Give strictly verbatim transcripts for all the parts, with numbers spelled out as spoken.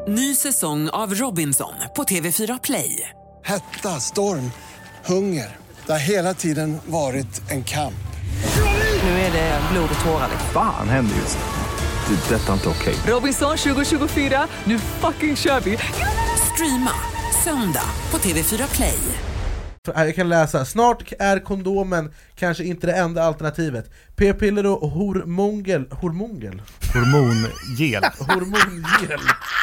Ny säsong av Robinson på T V fyra Play. Hetta, storm, hunger. Det har hela tiden varit en kamp. Nu är det blod och tårar. Fan händer just det. Det är detta inte okej. Robinson tjugo tjugofyra, nu fucking kör vi. Streama söndag på T V fyra Play. Jag kan läsa, snart är kondomen kanske inte det enda alternativet. P-piller och hormongel. Hormongel? Hormongel. Hormongel.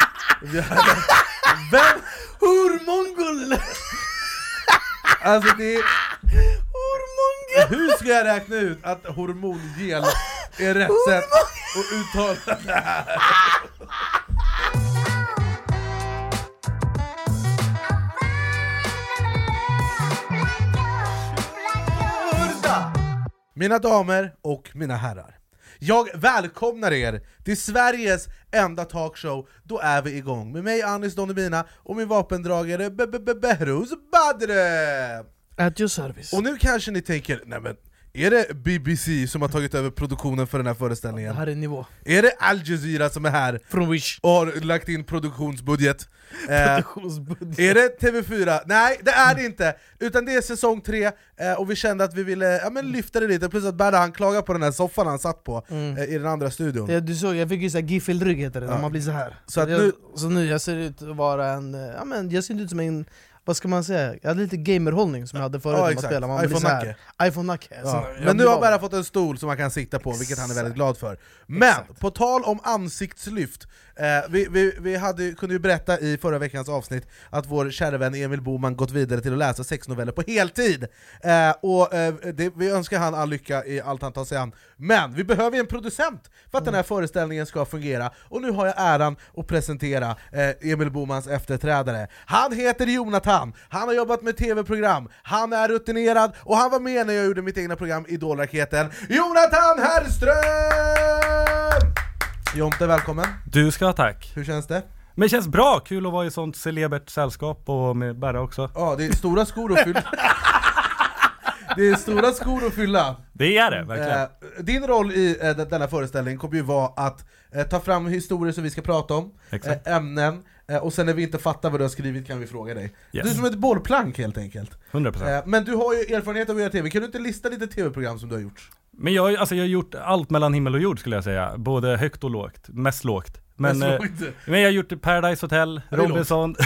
Vem? Hormongel. Alltså det är hormongel. Hur ska jag räkna ut att hormongel är rätt sätt att uttala det här? Mina damer och mina herrar, jag välkomnar er till Sveriges enda talkshow. Då är vi igång med mig, Anis Don Demina, och min vapendragare Behrouz Badre. At your service. Och nu kanske ni tänker, nej men, är det B B C som har tagit över produktionen för den här föreställningen? Det här är nivå. Är det Al Jazeera som är här From Wish och har lagt in produktionsbudget? Produktionsbudget. Eh, är det T V fyra? Nej, det är det inte. Utan det är säsong tre, eh, och vi kände att vi ville ja, men lyfta det lite. Plus att Berra, han klagar på den här soffan han satt på mm. eh, i den andra studion. Ja, du såg, jag fick ju såhär giffild rygg heter det, ja. När man blir så här. Så, att jag, nu... så nu jag ser ut att vara en, ja men jag ser ut som en, vad ska man säga? Jag hade lite gamerhållning som jag hade förut ja, när man spelade. Man iPhone-nacke. iPhone-nacke. Ja. Men nu har Berra fått en stol som man kan sikta på, vilket han är väldigt glad för. Men, exakt. På tal om ansiktslyft, eh, vi, vi, vi hade, kunde ju berätta i förra veckans avsnitt att vår kära vän Emil Boman gått vidare till att läsa sexnoveller på heltid. Eh, och eh, det, vi önskar han all lycka i allt han tar sig an. Men vi behöver en producent för att mm. den här föreställningen ska fungera. Och nu har jag äran att presentera eh, Emil Bomans efterträdare. Han heter Jonathan, han har jobbat med tv-program, han är rutinerad och han var med när jag gjorde mitt egna program Idolraketen. Jonathan Herrström! Jonte, välkommen. Du ska ha tack. Hur känns det? Men det känns bra, kul att vara i sånt celebert sällskap och med Berra också. Ja, det är stora skor att fylla. Det är stora skor att fylla. Det är det, verkligen. Eh, din roll i eh, denna föreställning kommer ju vara att eh, ta fram historier som vi ska prata om, eh, ämnen, eh, och sen när vi inte fattar vad du har skrivit kan vi fråga dig. Yes. Du är som ett bollplank helt enkelt. hundra procent. Eh, men du har ju erfarenhet av att göra tv. Kan du inte lista lite tv-program som du har gjort? Men jag, alltså, jag har gjort allt mellan himmel och jord skulle jag säga. Både högt och lågt, mest lågt. Men, eh, men jag har gjort Paradise Hotel, Robinson,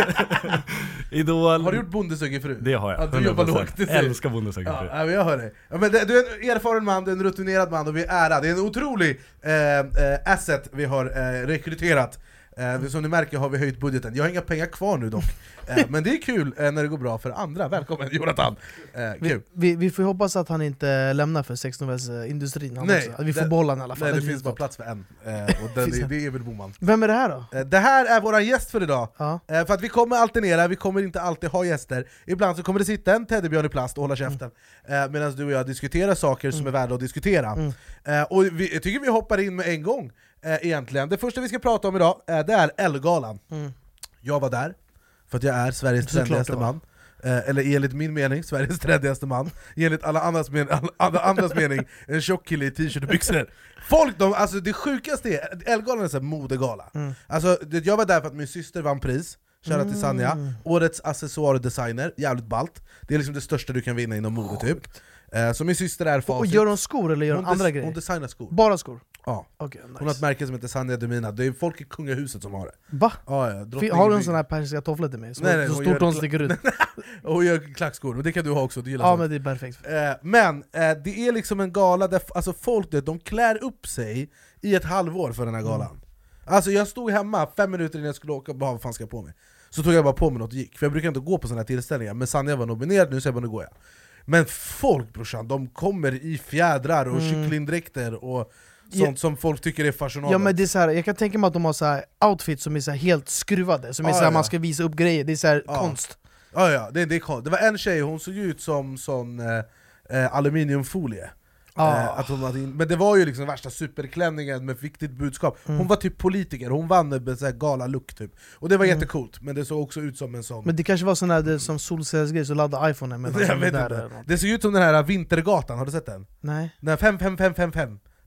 Idol. Har du gjort Bondesögerfru? Det har jag. Att du jobbar lågt. Jag älskar Bondesögerfru. Ja, jag hör dig. Ja, men det, du är en erfaren man, du är en rutinerad man och vi är ära. Det är en otrolig eh, eh, asset vi har eh, rekryterat. Eh, som ni märker har vi höjt budgeten. Jag har inga pengar kvar nu dock. Eh, men det är kul eh, när det går bra för andra. Välkommen Jonathan. Eh, vi, vi, vi får hoppas att han inte lämnar för sexnovellsindustrin. Nej, att vi får bollen i alla fall. Nej, det, det finns bara plats för en. Eh, och den, det, det är väl Boman. Vem är det här då? Eh, det här är våran gäst för idag. Ja. Eh, för att vi kommer alternera, vi kommer inte alltid ha gäster. Ibland så kommer det sitta en teddybjörn i plast och hålla käften. Mm. Eh, medan du och jag diskuterar saker mm. som är värda att diskutera. Mm. Eh, och vi, jag tycker vi hoppar in med en gång. Eh, egentligen. Det första vi ska prata om idag eh, det är Ellegalan. Mm. Jag var där för att jag är Sveriges trendigaste man. Eh, eller enligt min mening Sveriges trendigaste man. Enligt alla andras, men, alla, alla andras mening en tjock kille i t-shirt och byxor. Folk, de, alltså det sjukaste är Ellegalan är en modegala. Mm. Alltså, det, jag var där för att min syster vann pris. Köra till Sanja. Mm. Årets accessoardesigner, jävligt ballt. Det är liksom det största du kan vinna inom mode typ. Eh, så min syster är facit. Och gör hon skor eller gör hon, hon andra grejer? Hon designar skor. Bara skor? Ja. Okay, nice. Hon har ett märke som heter Sanja Demina. Det är folk i kungahuset som har det. Va? Ja, ja. Har du en sån här persiska tofflor till mig? Så, nej, nej, så stort hon sticker ut. Och hon gör klackskor, men det kan du ha också. Du gillar ja, sånt. Men det är perfekt. Eh, men eh, det är liksom en gala där alltså folk de klär upp sig i ett halvår för den här galan. Mm. Alltså jag stod hemma fem minuter innan jag skulle åka och bara vad fan ska jag på mig? Så tog jag bara på mig något och gick. För jag brukar inte gå på såna här tillställningar. Men Sanja var nominerad nu så jag bara nu går jag. Men folk brorsan, de kommer i fjädrar och mm. kycklingdräkter och sånt ja. Som folk tycker är fashionabelt. Ja men det är så här, jag kan tänka mig att de har så här outfits som är så här helt skruvade. Som är ah, så här, ja. Man ska visa upp grejer, det är så här ah. konst. Ja ja, det, det är konst. Det var en tjej, hon såg ut som sån eh, aluminiumfolie. Ah. Eh, att hon hade in, men det var ju liksom värsta superklänningen med viktigt budskap. Hon mm. var typ politiker, hon vann med så här gala look typ. Och det var mm. jättecoolt, men det såg också ut som en sån. Men det kanske var sån här det, som solcellsgrej, så laddade iPhone med jag vet där inte. Det såg ut som den här Vintergatan, har du sett den? Nej. Den fem fem fem fem fem.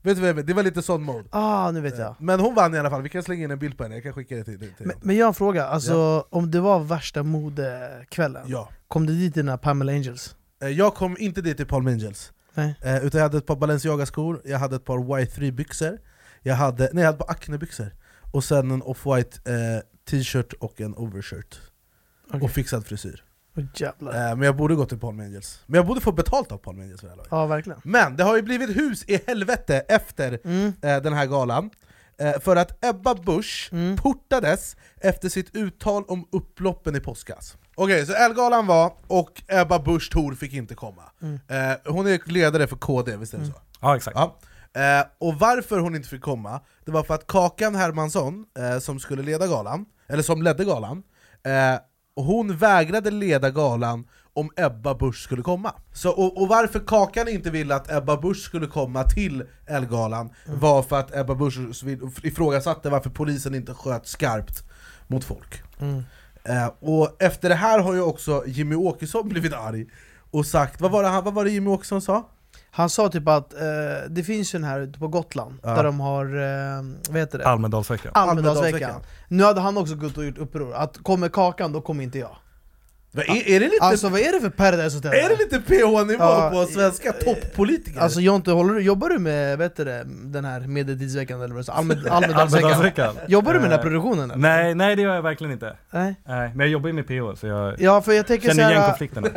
Vet du vad jag menar? Det var lite sån mode. Ah, nu vet jag. Men hon vann i alla fall, vi kan slänga in en bild på henne, jag kan skicka det till, till men, men jag har en fråga, alltså ja. om det var värsta modekvällen, ja. kom du dit dina Pamela Angels? Jag kom inte dit till Palm Angels. Nej. Eh, utan jag hade ett par Balenciaga-skor, jag hade ett par Y tre-byxor, jag hade, nej jag hade bara Acne-byxor. Och sen en off-white eh, t-shirt och en overshirt. Okay. Och fixad frisyr. Oh, jävlar. Eh, men jag borde gå till Palm Angels. Men jag borde få betalt av Palm Angels för det här. Ja, verkligen. Men det har ju blivit hus i helvete efter mm. eh, den här galan. Eh, för att Ebba Busch mm. portades efter sitt uttal om upploppen i påskas. Okej, okay, så Ellegalan var, och Ebba Busch Thor fick inte komma. Mm. Eh, hon är ledare för K D, visst är det mm. så? Ja, exakt. Ja. Eh, och varför hon inte fick komma, det var för att Kakan Hermansson, eh, som skulle leda galan, eller som ledde galan, eh, hon vägrade leda galan om Ebba Busch skulle komma. Så, och, och varför Kakan inte ville att Ebba Busch skulle komma till Ellegalan mm. var för att Ebba Busch ifrågasatte varför polisen inte sköt skarpt mot folk. Mm. Eh, och efter det här har ju också Jimmy Åkesson blivit arg och sagt, vad var det, vad var det Jimmy Åkesson sa? Han sa typ att eh, det finns ju den här ute på Gotland, ja. där de har, eh, vad heter det? Almedalsveckan. Almedalsveckan. Nu hade han också gått och gjort uppror, att kommer Kakan då kommer inte jag. Va, är, är det lite, alltså vad är det för Paradise Hotel? Är det lite P H-nivå ja, på svenska toppolitiker? Alltså Jonte, håller, jobbar du med, vet du det, den här medeltidsveckan eller vad det är? Almed, Almedalsveckan? Jobbar du med den här produktionen? Eller? Nej, nej det gör jag verkligen inte. Nej. Nej, men jag jobbar ju med P H, så jag, ja, för jag tänker känner så här, igen konflikterna.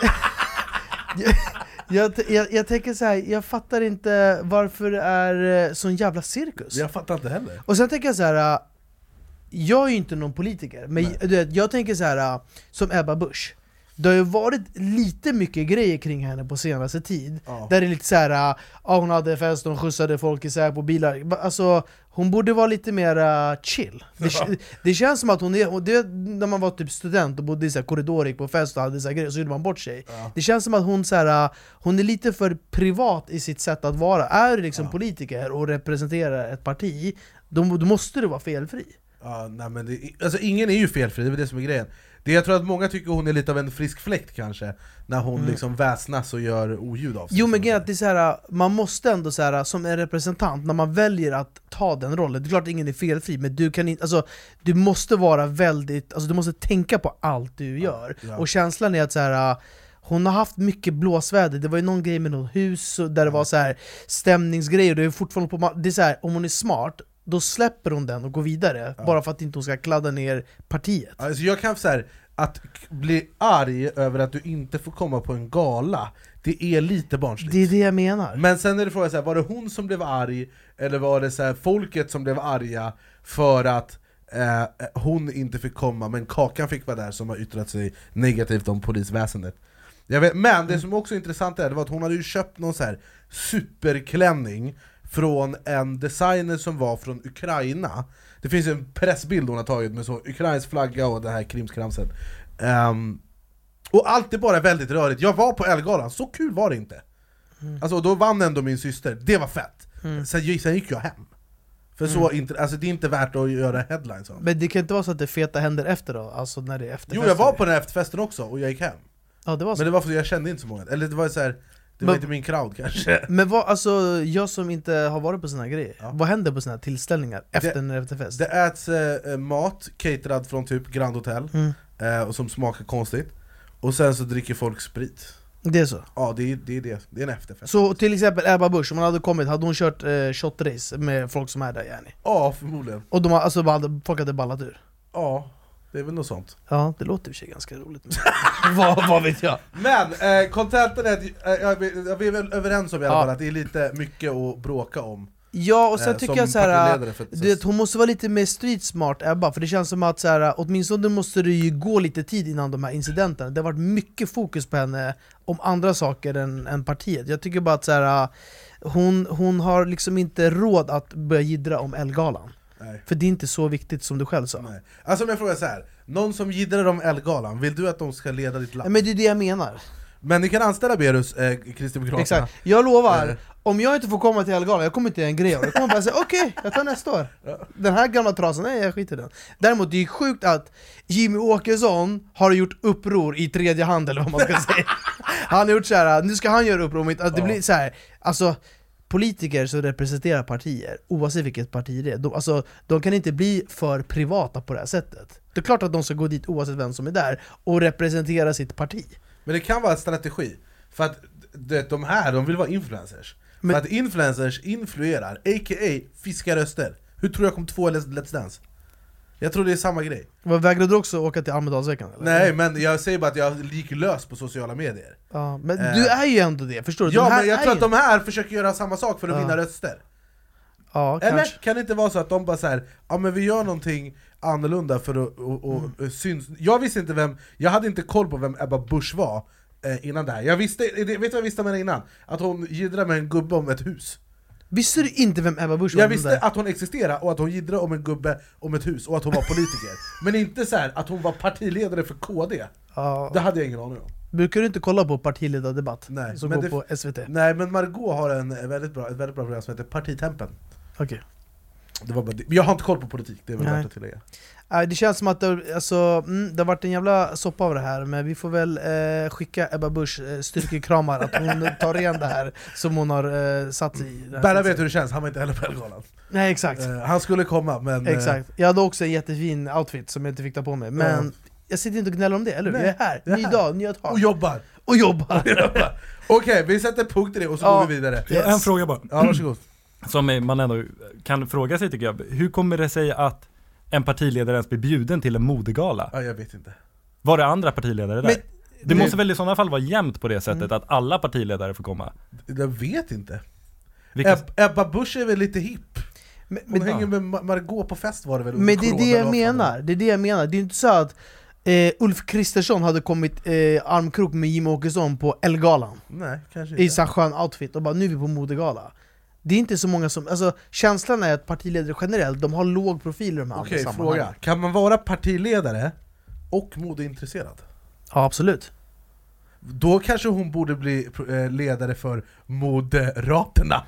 jag, jag, jag tänker så här, jag fattar inte varför det är sån jävla cirkus. Jag fattar inte heller. Och sen tänker jag så här, jag är ju inte någon politiker, men du vet, jag tänker så här, som Ebba Busch. Det har ju varit lite mycket grejer kring henne på senaste tid. Ja. Där det är lite så här, ja, hon hade fest, hon skjutsade folk isär på bilar. Alltså, hon borde vara lite mer uh, chill. Det, ja. det känns som att hon är, och det, när man var typ student och bodde i så här korridor, gick på fest och hade så här grejer, så gjorde man bort sig. Ja. Det känns som att hon så här, hon är lite för privat i sitt sätt att vara. Är du liksom ja. politiker och representerar ett parti, då, då måste du vara felfri. Ja, nej, men det, alltså, ingen är ju felfri, det är det som är grejen. Det jag tror att många tycker hon är lite av en frisk fläkt kanske, när hon mm. liksom väsnas och gör oljud av sig. Jo, men det är så här, man måste ändå så här, som en representant, när man väljer att ta den rollen, det är klart att ingen är felfri, men du kan inte, alltså, du måste vara väldigt, alltså du måste tänka på allt du gör. Ja, ja. Och känslan är att så här, hon har haft mycket blåsväder. Det var ju någon grej med något hus där det var så här stämningsgrejer, det är fortfarande på, det är så här, om hon är smart, då släpper hon den och går vidare, ja. bara för att inte hon ska kladda ner partiet. Alltså jag kan säga att bli arg över att du inte får komma på en gala, det är lite barnsligt. Det är det jag menar. Men sen är det frågan så här, var det hon som blev arg, eller var det så här, folket som blev arga för att eh, hon inte fick komma, men Kakan fick vara där, som har yttrat sig negativt om polisväsendet. Jag vet, men det som också är intressant är, det var att hon hade ju köpt någon så här superklänning från en designer som var från Ukraina. Det finns en pressbild hon har tagit med så Ukrains flagga och det här krimskramset. Um, och allt är bara väldigt rörigt. Jag var på Ellegalan, så kul var det inte. Mm. Alltså då vann ändå min syster, det var fett. Mm. Sen, sen gick jag hem. För mm. så inte, alltså det är inte värt att göra headlines om. Men det kan inte vara så att det feta händer efter då, alltså när det är efterfest. Jo, jag var på den här efterfesten också och jag gick hem. Ja, det var så. Men det var för att jag kände inte så många. Eller det var så här, det var men, inte min crowd kanske. Men vad, alltså, jag som inte har varit på såna här grejer, ja. vad händer på såna här tillställningar efter det, en efterfest? Det äts äh, mat, caterad från typ Grand Hotel, mm. äh, och som smakar konstigt. Och sen så dricker folk sprit. Det är så? Ja, det är det, är det. det är en efterfest. Så till exempel Ebba Busch, om hon hade kommit, hade hon kört eh, shotrace med folk som är där, Jenny? Ja, förmodligen. Och de, alltså, hade, folk hade ballat ur? Ja, det är väl något sånt. Ja, det låter i sig ganska roligt. vad, vad vet jag? Men, eh, kontentan är att eh, vi är väl överens om i alla fall, ja. att det är lite mycket att bråka om. Ja, och sen eh, tycker jag så här, det, hon måste vara lite mer street smart, Ebba, för det känns som att så här, åtminstone måste det ju gå lite tid innan de här incidenterna. Det har varit mycket fokus på henne om andra saker än, än partiet. Jag tycker bara att så här, hon, hon har liksom inte råd att börja jiddra om Ellegalan. Nej. För det är inte så viktigt som du själv sa. Nej. Alltså om jag frågar så här, någon som jiddrar om Ellegalan, vill du att de ska leda ditt land? Men det är det jag menar. Men ni kan anställa Berus, eh, Kristdemokraterna. Exakt, jag lovar, eh. om jag inte får komma till Ellegalan, jag kommer inte göra en grej. Jag kommer bara säga, okej, okay, jag tar nästa år. Ja. Den här gamla trasan, nej jag skiter i den. Däremot det är sjukt att Jimmy Åkesson har gjort uppror i tredje hand, eller vad man ska säga. Han har gjort så här, nu ska han göra uppror, att det ja. blir så här, alltså politiker som representerar partier, oavsett vilket parti det är, de, alltså, de kan inte bli för privata på det här sättet. Det är klart att de ska gå dit oavsett vem som är där och representera sitt parti. Men det kan vara en strategi. För att det, de här, de vill vara influencers. Men, för att influencers influerar, a k a fiskar röster. Hur tror jag kom två i Let's Dance? Jag tror det är samma grej. Vad, vägrade du också åka till Almedalsveckan? Eller? Nej, men jag säger bara att jag gick lös på sociala medier. Ja, men eh. du är ju ändå det, förstår du? Ja, de här men jag tror ju... att de här försöker göra samma sak för att ja. vinna röster. Ja, eller kanske. kan det inte vara så att de bara så här, ja men vi gör någonting annorlunda för att och, och, mm. syns. Jag visste inte vem, jag hade inte koll på vem Ebba Busch var eh, innan det här. Jag visste, vet du vad jag visste om henne innan? Att hon jiddrar med en gubbe om ett hus. Visste du inte vem Ebba Busch var? Jag visste att hon existerade och att hon jiddrar om en gubbe om ett hus och att hon var politiker. Men inte så här att hon var partiledare för K D. Ja. Det hade jag ingen aning om. Brukar du inte kolla på partiledardebatt? Nej, som men går det, på S V T? Nej, men Margot har en väldigt bra, ett väldigt bra program som heter Partitempen. Okej. Okay. Det var bara det. Jag har inte koll på politik, det är väl Nej. värt att tillägga. Nej, det känns som att det, alltså, mm, det har varit en jävla soppa av det här. Men vi får väl eh, skicka Ebba Busch eh, styrkekramar att hon tar igen det här som hon har eh, satt sig i. Berra vet hur det känns, han var inte heller på Ellegalan. Nej, exakt. eh, Han skulle komma, men... Exakt. Jag hade också en jättefin outfit som jag inte fick ta på mig. Men mm. jag sitter inte och gnäller om det, eller hur? Jag är här, jag är ny här. dag, nya tag. Och jobbar! Och jobbar! Okej, okay, vi sätter punkt i det och så ja. går vi vidare. Yes. En fråga bara. Ja, varsågod. Som man ändå kan fråga sig tycker jag. Hur kommer det sig att en partiledare ens blir bjuden till en modegala? Ja, jag vet inte. Var det andra partiledare där? Men, det, det måste väl i sådana fall vara jämnt på det sättet mm. att alla partiledare får komma? Jag vet inte. Vilka... Eb- Ebba Busch är väl lite hipp. Hon men, hänger med Margot på fest var det väl? Men det är det jag menar. Det är det jag menar. Det är inte så att eh, Ulf Kristersson hade kommit eh, armkrok med Jim Åkesson på Ellegalan. Nej, kanske inte. I så skön outfit och bara nu är vi på modegala. Det är inte så många som, alltså känslan är att partiledare generellt, de har låg profil i de här Okej, andra fråga. sammanhang. Kan man vara partiledare och modeintresserad? Ja, absolut. Då kanske hon borde bli ledare för Moderaterna.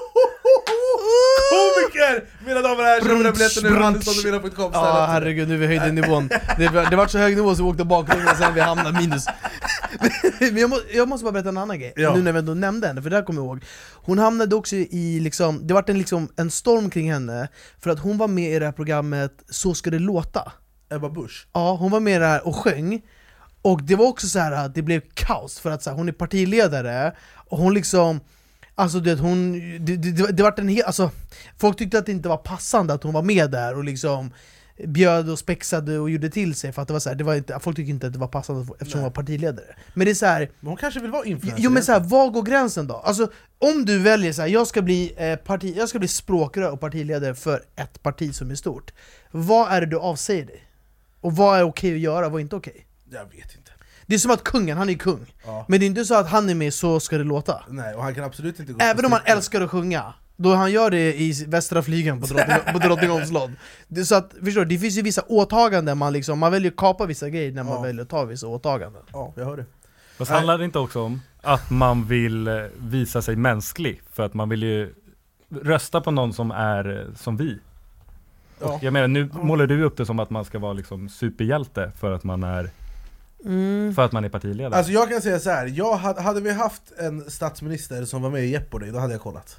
Komiker! Mina damer och herrar, köp mina biljetter nu, handelsstånd och mina punkt com. Ja, herregud, nu vi höjde nivån. Det var, det var så hög nivå så vi åkte baklänges och sen vi hamnade minus. Men jag, må, jag måste bara berätta en annan grej, ja. nu när vi ändå nämnde henne, för det här kommer jag ihåg. Hon hamnade också i, liksom, det var en, liksom, en storm kring henne, för att hon var med i det här programmet Så ska det låta. Ebba Busch? Ja, hon var med där och sjöng. Och det var också så här att det blev kaos, för att så här, hon är partiledare, och hon liksom... Alltså det, hon, det, det, det var en hel, alltså, folk tyckte att det inte var passande att hon var med där och liksom bjöd och spexade och gjorde till sig, för att det var så här, det var inte, folk tyckte inte att det var passande eftersom Nej. hon var partiledare. Men det är så här, men hon kanske vill vara influencer. Jo, men så här, var går gränsen då? Alltså om du väljer så här, jag ska bli eh, parti, jag ska bli språkrör och partiledare för ett parti som är stort. Vad är det du avsäger dig? Och vad är okej att göra och vad är inte okej? Jag vet inte. Det är som att kungen, han är kung. Ja. Men det är inte så att han är med Så ska det låta. Nej, och han kan absolut inte gå. Även om han älskar att sjunga, då han gör det i Västra flygen på Drottning, på Drottningholms slott. Det, så att, förstår du, det finns ju vissa åtaganden, man, liksom, man väljer att kapa vissa grejer när man ja. väljer att ta vissa åtaganden. Ja, jag hör det. Fast handlar det inte också om att man vill visa sig mänsklig? För att man vill ju rösta på någon som är som vi. Ja. Jag menar, nu målar du upp det som att man ska vara liksom superhjälte för att man är Mm. för att man är partiledare. Alltså jag kan säga så här, jag hade, hade vi haft en statsminister som var med i Jeopardy, då hade jag kollat.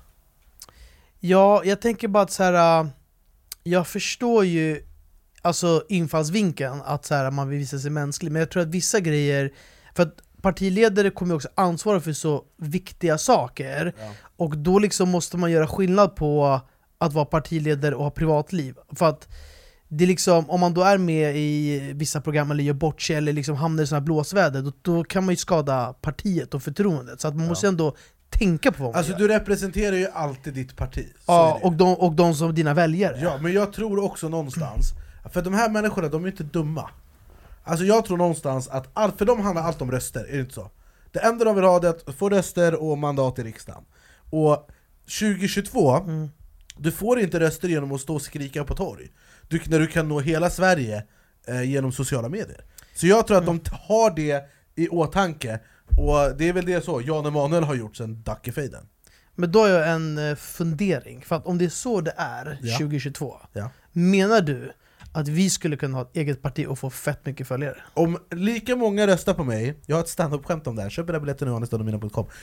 Ja, jag tänker bara att så här, jag förstår ju alltså infallsvinkeln att så här, man vill visa sig mänsklig, men jag tror att vissa grejer, för att partiledare kommer också ansvara för så viktiga saker, ja. och då liksom måste man göra skillnad på att vara partiledare och ha privatliv. För att det är liksom, om man då är med i vissa program eller gör bort sig eller liksom hamnar i sådana här blåsväder, då, då kan man ju skada partiet och förtroendet. Så att man ja. måste ändå tänka på vad man Alltså gör. Du representerar ju alltid ditt parti. Så ja, och de, och de som dina väljare. Ja, men jag tror också någonstans, för de här människorna, de är inte dumma. Alltså jag tror någonstans att, all, för de handlar allt om röster, är det inte så? Det enda de vill ha är att få röster och mandat i riksdagen. Och tjugo tjugotvå, mm. du får inte röster genom att stå och skrika på torg. Du, när du kan nå hela Sverige eh, genom sociala medier. Så jag tror att mm. de har det i åtanke. Och det är väl det så Jan Emanuel har gjort sedan Dackefejden. Men då har jag en eh, fundering. För att om det är så det är ja. tjugo tjugotvå, ja. menar du att vi skulle kunna ha ett eget parti och få fett mycket följare? Om lika många röstar på mig, jag har ett stand-up-skämt om det här, köp era biljetter nu, handelsstånd och mina punkt com.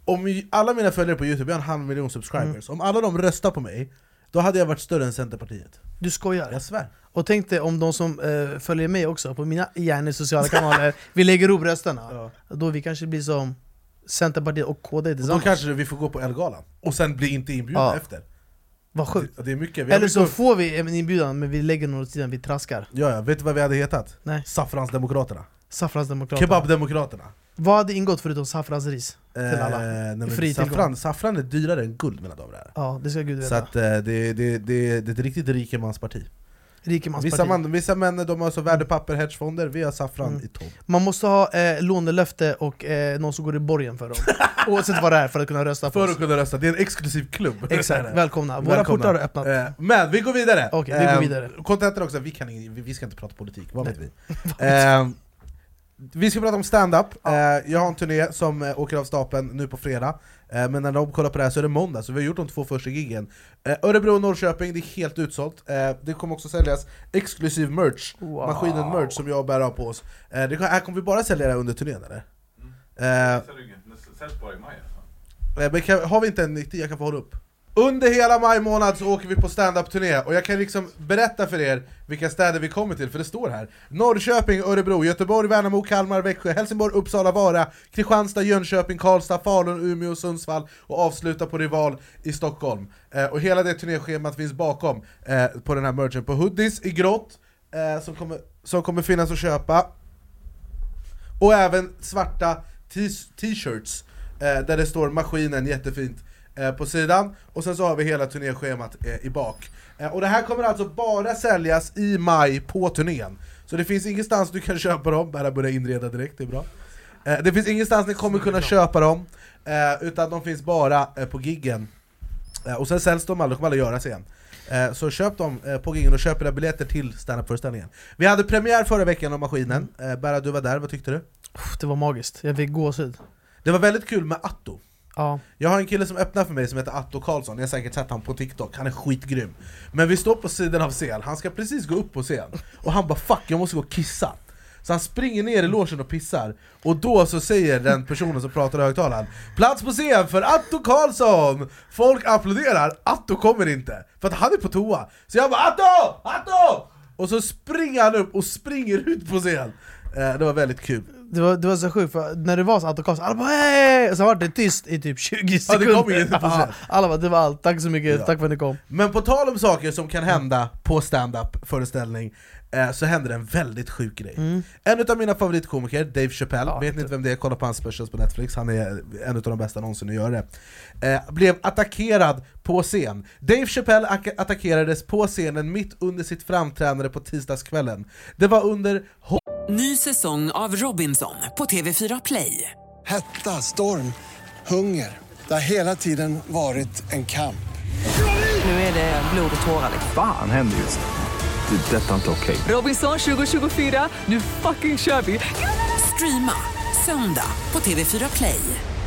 om alla mina följare på YouTube, jag har en halv miljon subscribers, mm. om alla de röstar på mig, då hade jag varit större än Centerpartiet. Du skojar? Jag svär. Och tänk dig om de som uh, följer mig också på mina gärna sociala kanaler, vi lägger ihop rösterna, ja. Då vi kanske blir som Centerpartiet och K D tillsammans. Och då kanske vi får gå på Elgalan och sen bli inte inbjudna ja. efter. Vad sjukt. Det, det är mycket. Eller så mycket... får vi en inbjudan men vi lägger något tiden, vi traskar. Ja, ja, vet du vad vi hade hetat? Nej. Saffransdemokraterna. Saffransdemokraterna. Kebabdemokraterna. Vad hade ingått förutom saffransris till alla? Eh, nej, saffran, saffran är dyrare än guld, mina damer och herrar. Ja, det ska Gud veta. Så att, eh, det, det, det, det är ett riktigt rikemansparti. Vissa, man, vissa män de har så värdepapper, hedgefonder, vi har saffran mm. i topp. Man måste ha eh, lånelöfte och eh, någon som går i borgen för dem. Oavsett vad det är för att kunna rösta på För oss. att kunna rösta, det är en exklusiv klubb. Exakt, välkomna. Våra portar har öppnat. Eh, men vi går vidare. Okej, okay, vi går vidare. Eh, Kontentan också, vi, kan, vi, vi ska inte prata politik, vad vet vi? eh, Vi ska prata om stand-up. Ja. eh, Jag har en turné som eh, åker av stapeln nu på fredag, eh, men när de kollar på det här så är det måndag, så vi har gjort de två första giggen. eh, Örebro och Norrköping, det är helt utsålt. eh, Det kommer också säljas exklusiv merch, wow. Maskinen merch som jag bär av på oss. eh, det, Här kommer vi bara sälja det under turnén, eller? Mm. Eh, det säljs bara i maj alltså. eh, Men kan, har vi inte en nittio jag kan få hålla upp? Under hela maj månad så åker vi på stand-up-turné, och jag kan liksom berätta för er vilka städer vi kommer till, för det står här: Norrköping, Örebro, Göteborg, Värnamo, Kalmar, Växjö, Helsingborg, Uppsala, Vara, Kristianstad, Jönköping, Karlstad, Falun, Umeå, Sundsvall, och avsluta på Rival i Stockholm. eh, Och hela det turnéschemat finns bakom eh, på den här merchen på hoodies i grått, eh, som, kommer, som kommer finnas att köpa. Och även svarta t-shirts eh, där det står Maskinen jättefint på sidan, och sen så har vi hela turnéschemat eh, i bak. Eh, och det här kommer alltså bara säljas i maj på turnén. Så det finns ingenstans du kan köpa dem. Bara börja inreda direkt, det är bra. Eh, det finns ingenstans ni kommer kunna köpa dem, eh, utan de finns bara eh, på giggen. Eh, och sen säljs de aldrig, kommer aldrig göra sen. Eh, så köp dem eh, på giggen och köp era biljetter till stand-up-föreställningen. Vi hade premiär förra veckan om Maskinen. eh, Bara du var där, vad tyckte du? Det var magiskt, jag fick gåshud. Det var väldigt kul med Atto. Ja. Jag har en kille som öppnar för mig som heter Atto Karlsson. Jag har säkert sett honom på TikTok, han är skitgrym. Men vi står på sidan av scen, han ska precis gå upp på scen, och han bara fuck, jag måste gå och kissa. Så han springer ner i logen och pissar. Och då så säger den personen som pratar i högtalaren: plats på scen för Atto Karlsson! Folk applåderar, Atto kommer inte, för att han är på toa. Så jag bara Atto! Atto! Och så springer han upp och springer ut på scen. Det var väldigt kul. Det var, det var så sjukt, för när det var så att Atto alla bara hej! Och så var det tyst i typ tjugo sekunder. Ja, det kom inget på scen. Alla bara, det var allt, tack så mycket, ja. Tack för att ni kom. Men på tal om saker som kan hända på stand-up föreställning, eh, så händer en väldigt sjuk grej. Mm. En av mina favoritkomiker, Dave Chappelle, ja, vet ni inte vem det är, kolla på hans specials på Netflix, han är en av de bästa någonsin att göra det. Eh, blev attackerad på scen. Dave Chappelle ak- attackerades på scenen mitt under sitt framträdande på tisdagskvällen. Det var under... Ny säsong av Robinson på T V fyra Play. Hetta, storm, hunger. Det har hela tiden varit en kamp. Nu är det blod och tårar. Fan händer just det. Det är detta inte okej. Okay. Robinson tjugo tjugofyra, nu fucking kör vi. Streama söndag på T V fyra Play.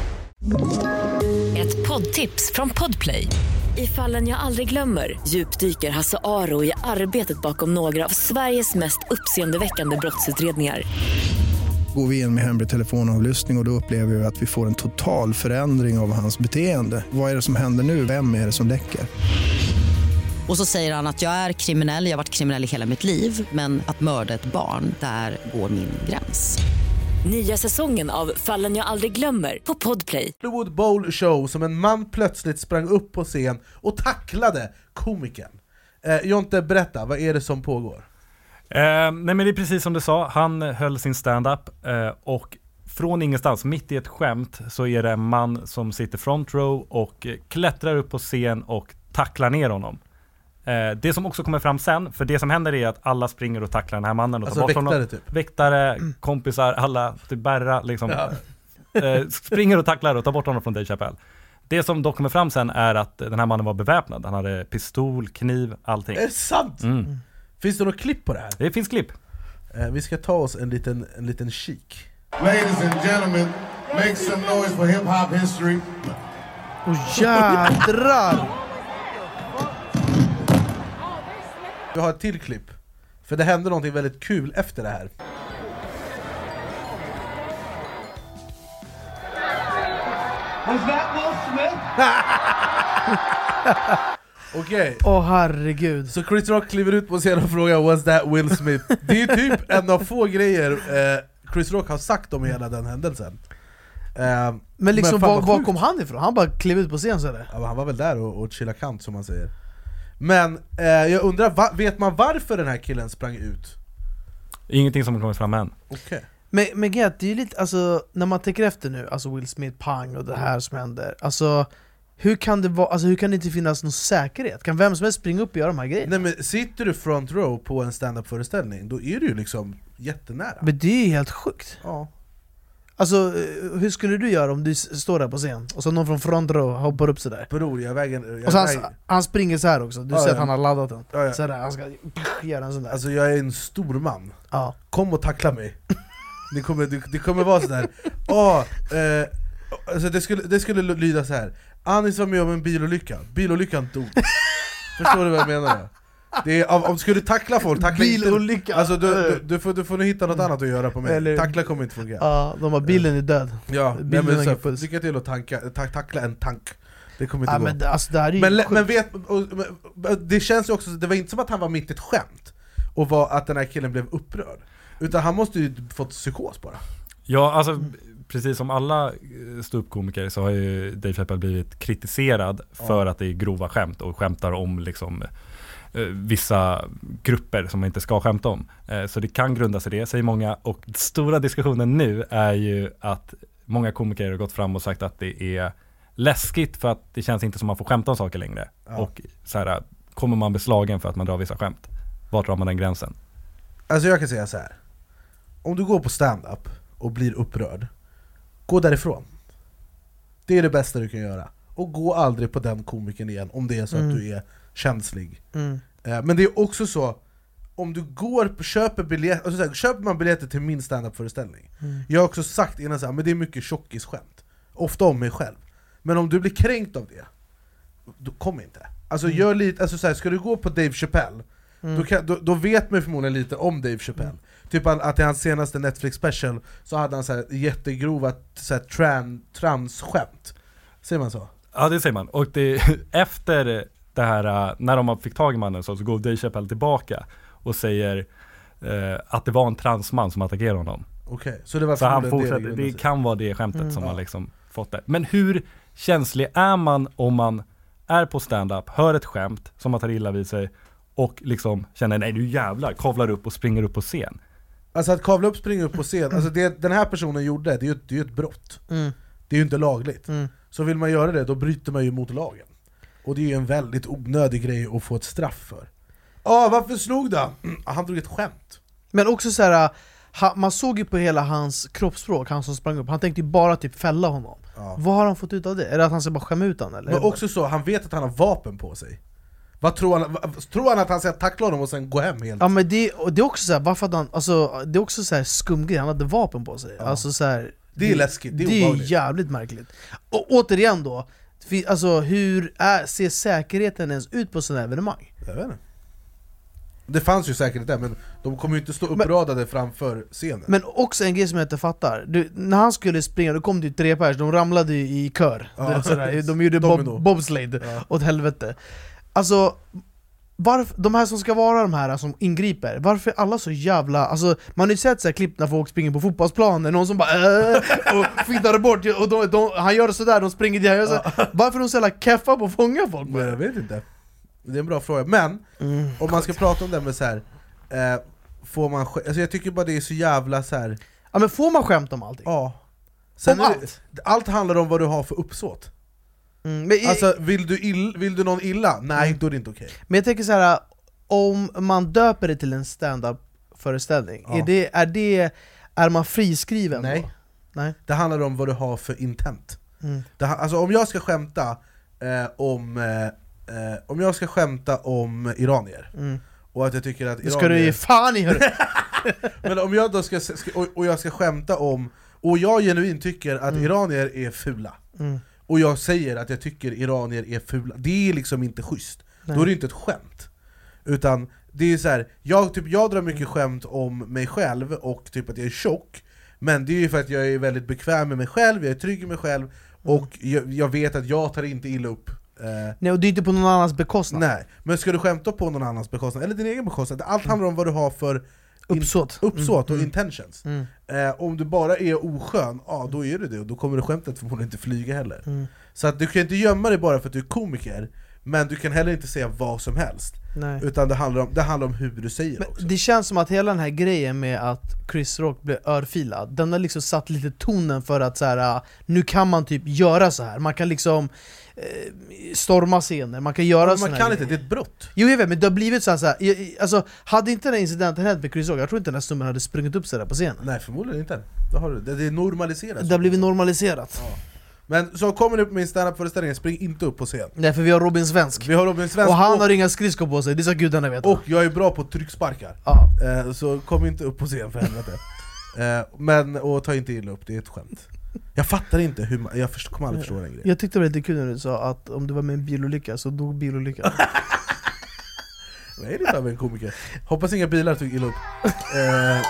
Ett poddtips från Podplay. I Fallen jag aldrig glömmer djupdyker Hasse Aro i arbetet bakom några av Sveriges mest uppseendeväckande brottsutredningar. Går vi in med hemlig telefonavlyssning och, och då upplever vi att vi får en total förändring av hans beteende. Vad är det som händer nu? Vem är det som läcker? Och så säger han att jag är kriminell, jag har varit kriminell i hela mitt liv, men att mörda ett barn, där går min gräns. Nya säsongen av Fallen jag aldrig glömmer på Podplay. Hollywood Bowl Show, som en man plötsligt sprang upp på scen och tacklade komikern. Eh, Jonte, berätta, vad är det som pågår? Eh, nej men det är precis som du sa, han höll sin stand-up eh, och från ingenstans, mitt i ett skämt, så är det en man som sitter front row och klättrar upp på scen och tacklar ner honom. Eh, det som också kommer fram sen, för det som händer är att alla springer och tacklar den här mannen och alltså tar bort väktare, honom. Typ. Väktare, kompisar, alla, typ Berra liksom, ja. eh, springer och tacklar och tar bort honom från Dave Chappelle. Det som dock kommer fram sen är att den här mannen var beväpnad. Han hade pistol, kniv, allting. Är det sant? Mm. Finns det något klipp på det här? Det finns klipp. Eh, vi ska ta oss en liten, en liten kik. Ladies and gentlemen, make some noise for hip-hop history. Åh oh, jädrar! Vi har ett till klipp, för det hände någonting väldigt kul efter det här. Was that Will Smith? Okej. Åh oh, herregud. Så Chris Rock kliver ut på scenen och frågar Was that Will Smith? Det är typ en av få grejer eh, Chris Rock har sagt om hela den händelsen. eh, Men liksom men var, var kom han ifrån? Han bara klev ut på scenen så är det. Ja, han var väl där och, och chilla kant som man säger. Men eh, jag undrar, va, vet man varför den här killen sprang ut? Ingenting som har kommit fram än. Okay. Men, men Gert, det är ju lite, alltså, när man tänker efter nu, alltså Will Smith, pang och det här som händer, alltså hur kan det vara, alltså hur kan det inte finnas någon säkerhet? Kan vem som helst springa upp och göra de här grejerna? Nej, men sitter du front row på en stand-up-föreställning, då är du ju liksom jättenära. Men det är ju helt sjukt. Ja. Alltså, hur skulle du göra om du står där på scen och så någon från front row hoppar upp sådär? Bror, jag väger... Jag och så han, väger. han springer så här också, du ja, ser ja. att han har laddat den. Ja, ja. Så där, han ska göra en sån där. Alltså jag är en stor man. Ja. Kom och tackla mig. Det kommer, det, det kommer vara sådär. Åh, eh, alltså det, skulle, det skulle lyda så här. Anis var med om en bilolycka. Bilolyckan dog. Förstår du vad jag menar? Det är, om, om du skulle tackla folk, tackla bilolycka. Inte, alltså du, du, du, får, du får nog hitta något annat att göra på mig. Eller, tackla kommer inte fungera. Ja, de har bilen är död. Ja, bilen nej, men så, lycka till att tanka, ta, tackla en tank. Det kommer inte ja, gå. Men, alltså, det här är ju men, men vet, och, men, det känns ju också, det var inte som att han var mitt i ett skämt och var att den här killen blev upprörd. Utan han måste ju fått psykos bara. Ja, alltså mm. precis som alla ståuppkomiker så har ju Dave Chappelle blivit kritiserad ja. för att det är grova skämt och skämtar om liksom eh, vissa grupper som man inte ska skämta om. Eh, så det kan grunda sig det, säger många. Och stora diskussionen nu är ju att många komiker har gått fram och sagt att det är läskigt för att det känns inte som man får skämta om saker längre. Ja. Och så här, kommer man beslagen för att man drar vissa skämt? Vart drar man den gränsen? Alltså jag kan säga så här. Om du går på stand-up och blir upprörd, gå därifrån. Det är det bästa du kan göra. Och gå aldrig på den komikern igen om det är så mm. att du är känslig. Mm. Eh, men det är också så, om du går köper biljett, alltså så här, köper man biljetter till min stand-up-föreställning. Mm. Jag har också sagt innan så här, men det är mycket tjockisskämt. Ofta om mig själv. Men om du blir kränkt av det, då kom inte. Alltså mm. gör lite, alltså så här, ska du gå på Dave Chappelle, mm. då, kan, då, då vet man förmodligen lite om Dave Chappelle. Mm. Typ att i hans senaste Netflix special så hade han så här jättegrova så här tran, transskämt. Säger man så? Ja, det säger man. Och det, efter det här, när de fick tag i mannen så, så går Dave Chappelle tillbaka och säger eh, att det var en transman som attackerade honom. Okej, okay. Så det var så han fortsätter, det, det kan vara det skämtet mm. som ja. man liksom fått det. Men hur känslig är man om man är på stand-up, hör ett skämt som man tar illa vid sig och liksom känner, nej du jävlar, kavlar upp och springer upp på scen. Alltså att kavla upp, springa upp på scen, alltså det den här personen gjorde, det är ju det är ett brott. Mm. Det är ju inte lagligt. Mm. Så vill man göra det, då bryter man ju mot lagen. Och det är ju en väldigt onödig grej att få ett straff för. Ja, ah, varför slog det? Han drog ett skämt. Men också så här, ha, man såg ju på hela hans kroppsspråk, han som sprang upp. Han tänkte ju bara typ fälla honom. Ja. Vad har han fått ut av det? Är det att han ska bara skämma ut han eller? Men också så, han vet att han har vapen på sig. Vad tror han, vad, tror han att han ska tackla honom och sen gå hem helt? Ja, men det, det är också så här, varför att han, alltså, det är också så här skumgrej, han hade vapen på sig. Ja. Alltså så här, det är det, läskigt, det är, det är jävligt märkligt. Och återigen då, alltså hur är, ser säkerheten ens ut på sådana evenemang? Jag vet inte. Det fanns ju säkerhet där, men de kommer ju inte stå uppradade men, framför scenen. Men också en grej som jag inte fattar, du, när han skulle springa, då kom det ju tre pers, de ramlade ju i kör. Ja. Det, sådär, de gjorde bob, bobsled ja. åt helvete. Alltså, varför, de här som ska vara de här som ingriper, varför är alla så jävla... Alltså, man har ju sett så här klipp när folk springer på fotbollsplanen, någon som bara äh, och fittar bort, och de, de, han gör sådär, de springer dit, så, ja. Varför är de så jävla keffa på att fånga folk? Men jag vet inte. Det är en bra fråga, men mm, om man ska prata om det med så här, eh, får man, alltså jag tycker bara det är så jävla så här. Ja, men får man skämt om allting? Ja. Sen om allt? Det, allt handlar om vad du har för uppsåt. Mm, men alltså vill du, ill, vill du någon illa? Nej, mm. då är det inte okej. Men jag tänker så här, om man döper det till en stand-up föreställning, ja. är, det, är, det, är man friskriven? Nej. Nej. Det handlar om vad du har för intent. Mm. Det, alltså om jag ska skämta eh, om eh, eh, om jag ska skämta om iranier mm. och att jag tycker att iranier... Ska du ge fan i hur? Men om jag då ska, ska och, och jag ska skämta om, och jag genuint tycker att mm. iranier är fula. Mm. Och jag säger att jag tycker iranier är fula. Det är liksom inte schysst. Nej. Då är det inte ett skämt. Utan det är så här, jag, typ, jag drar mycket skämt om mig själv och typ att jag är tjock. Men det är ju för att jag är väldigt bekväm med mig själv, jag är trygg med mig själv. Och jag, jag vet att jag tar inte illa upp. eh, Nej, och det är inte på någon annans bekostnad. Nej, men ska du skämta på någon annans bekostnad eller din egen bekostnad, allt handlar om vad du har för Uppsåt, uppsåt mm. och intentions. Mm. eh, Om du bara är oskön, ja då är du det, och då kommer du skämtet förmodligen inte flyga heller. Mm. Så att du kan inte gömma dig bara för att du är komiker, men du kan heller inte säga vad som helst. Nej. Utan det handlar om, det handlar om hur du säger. Men också. det känns som att hela den här grejen med att Chris Rock blev örfilad, den har liksom satt lite tonen för att så här, nu kan man typ göra så här. Man kan liksom eh, storma scener, man kan göra man kan inte, det är ett brott. Jo jag vet, men det har blivit så här, så här alltså, hade inte den incidenten hänt med Chris Rock, jag tror inte den här snubben hade sprungit upp sig där på scenen. Nej, förmodligen inte. Det, har du, det, det är normaliserat. Det har blivit normaliserat. Ja. Men så kommer du på min stand-up-föreställning, spring inte upp på scen. Nej, för vi har Robin Svensk. Vi har Robin Svensk och han och, har inga skridskor på sig, det ska gudarna veta. Och jag är bra på trycksparkar. Ja. eh, Så kom inte upp på scen för helvete. eh, Men, och ta inte illa upp, det är ett skämt. Jag fattar inte hur man, jag förstår, kommer aldrig förstå den grejen. Jag tyckte det var lite kul när du sa att om det var med en bilolycka så dog bilolyckan. Vad är det för en komiker? Hoppas inga bilar tog illa upp. eh,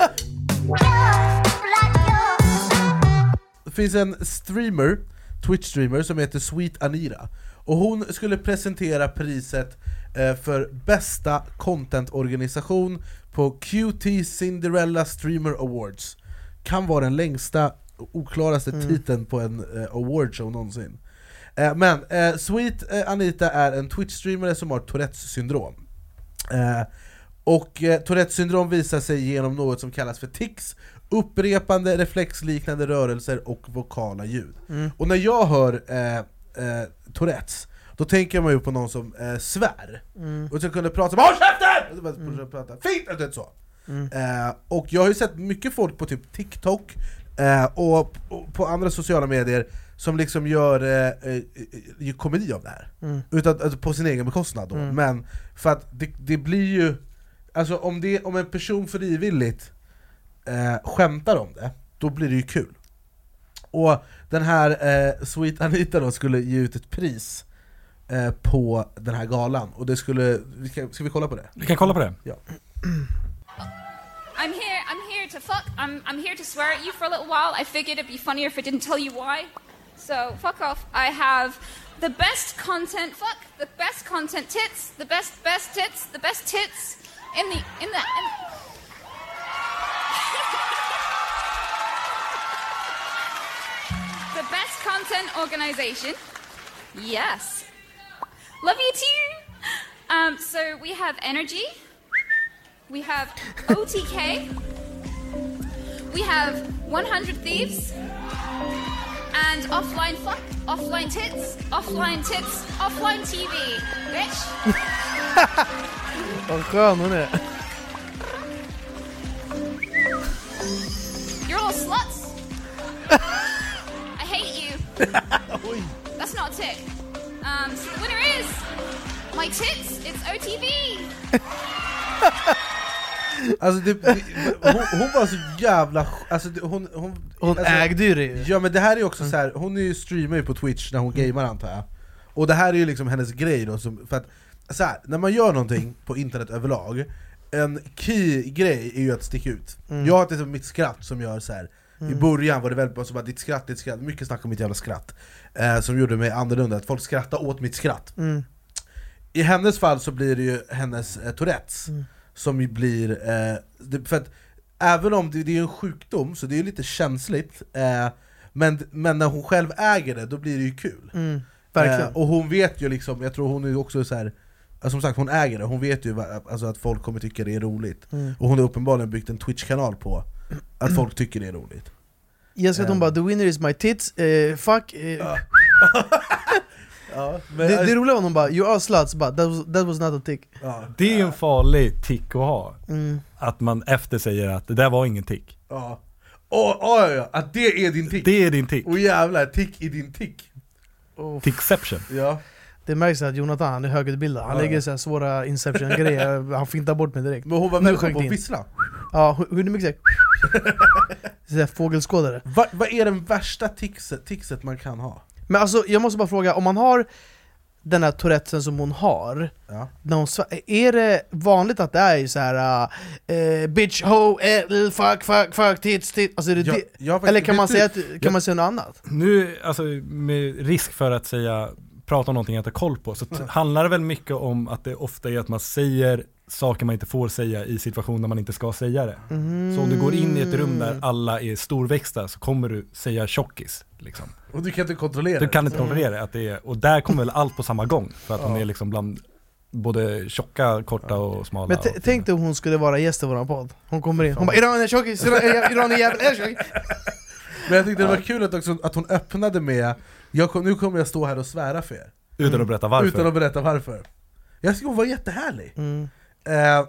Det finns en streamer, Twitch-streamer, som heter Sweet Anita. Och hon skulle presentera priset eh, för bästa content-organisation på Q T Cinderella Streamer Awards. Kan vara den längsta, oklaraste Mm. titeln på en eh, awardshow någonsin. Eh, men eh, Sweet eh, Anita är en Twitch-streamare som har Tourettes syndrom. Eh, och eh, Tourettes syndrom visar sig genom något som kallas för tics, upprepande reflexliknande rörelser och vokala ljud. Mm. Och när jag hör eh, eh, Tourettes, då tänker man ju på någon som eh, svär. Mm. Och så kunde prata som håll käften! Och så bara, Mm. prata fint! Och det så. Mm. Eh, och jag har ju sett mycket folk på typ TikTok eh, och, och på andra sociala medier som liksom gör eh, eh, eh, komedi av det här. Mm. Utan, alltså på sin egen bekostnad då. Mm. Men för att det, det blir ju, alltså om, det, om en person frivilligt eh, skämtar om det, då blir det ju kul. Och den här eh, Sweet Anita då skulle ge ut ett pris eh, på den här galan. Och det skulle, vi ska, ska vi kolla på det? Vi kan kolla på det. Ja. I'm here, I'm here to fuck, I'm, I'm here to swear at you for a little while. I figured it'd be funnier if I didn't tell you why. So, fuck off. I have the best content, fuck, the best content tits, the best, best tits, the best tits in the, in the, in the best content organization. Yes. Love you too. Um, so we have Energy. We have O T K. We have one hundred Thieves. And Offline Fuck, Offline Tits, Offline Tits, Offline T V. Bitch. Vad skön hon är. You're all sluts. I hate you. That's not a tick. Um, so the winner is my tits. It's O T V. Alltså det, det, hon, hon var så jävla, alltså det, hon, hon, Hon alltså, ägde ju det. Ja men det här är också mm. så här, hon är ju streamar ju på Twitch när hon gamer antar jag. Och det här är ju liksom hennes grej då, som, för att så här, när man gör någonting på internet överlag, en key-grej är ju att sticka ut. Mm. Jag har till exempel mitt skratt som gör så här. Mm. I början var det väldigt bara så bara, ditt skratt, ditt skratt, mycket snack om mitt jävla skratt eh, som gjorde mig annorlunda, att folk skrattar åt mitt skratt. Mm. I hennes fall så blir det ju hennes eh, Tourettes Mm. som blir, eh, det, för att även om det, det är en sjukdom så det är lite känsligt, eh, men, men när hon själv äger det då blir det ju kul. Mm. Verkligen. Eh, och hon vet ju liksom, jag tror hon är också så här, alltså som sagt hon äger det, hon vet ju va, alltså att folk kommer tycka det är roligt. Mm. Och hon har uppenbarligen byggt en Twitch-kanal på att folk tycker det är roligt. Jag ska att hon um. bara, the winner is my tits, eh, fuck eh. Ja. Ja, men, det, det roliga var hon bara, you are sluts, but that was, that was not a tick. Ja. Det är ju en farlig tick att ha. Mm. Att man efter säger att det där var ingen tick. Ja. Oh, oh, ja, att det är din tick. Det är din tick. Och jävlar, tick i din tick. Oh. Tickception. Ja. Det märks att Jonathan, han är högutbildad. Han Ja. lägger så här svåra inception-grejer, han fintar bort mig direkt. Men hon var Nu väldigt sjönk bra på det att in. vissla. Ja, hur, hur är det mycket så här, fågelskådare. Vad vad är den värsta tixet, tixet man kan ha? Men alltså, jag måste bara fråga, om man har den här Tourettesen som hon har, ja. när hon sv- är det vanligt att det är så här uh, bitch, ho, eh, fuck, fuck, fuck, tits, tits, alltså det, jag, det, jag eller kan man säga att, kan jag, man säga något annat? Nu, alltså med risk för att säga prata om någonting jag inte har koll på, så t- mm. handlar det väl mycket om att det ofta är att man säger saker man inte får säga i situationer man inte ska säga det. Mm. Så om du går in i ett rum där alla är storväxta så kommer du säga tjockis liksom. Och du kan inte kontrollera Du kan det. inte kontrollera det, att det är, och där kommer väl allt på samma gång för att ja. hon är liksom bland både tjocka, korta och smala. Men t- tänk dig om hon skulle vara gäst i våran podd. Hon kommer in, hon bara Iran är tjockis, Iran är jävla är tjockis. Men jag tyckte det var kul att, också, att hon öppnade med jag kom, nu kommer jag stå här och svära för er. Utan att berätta varför. Utan att berätta varför. Jag tycker hon var jättehärlig. Mm. Uh,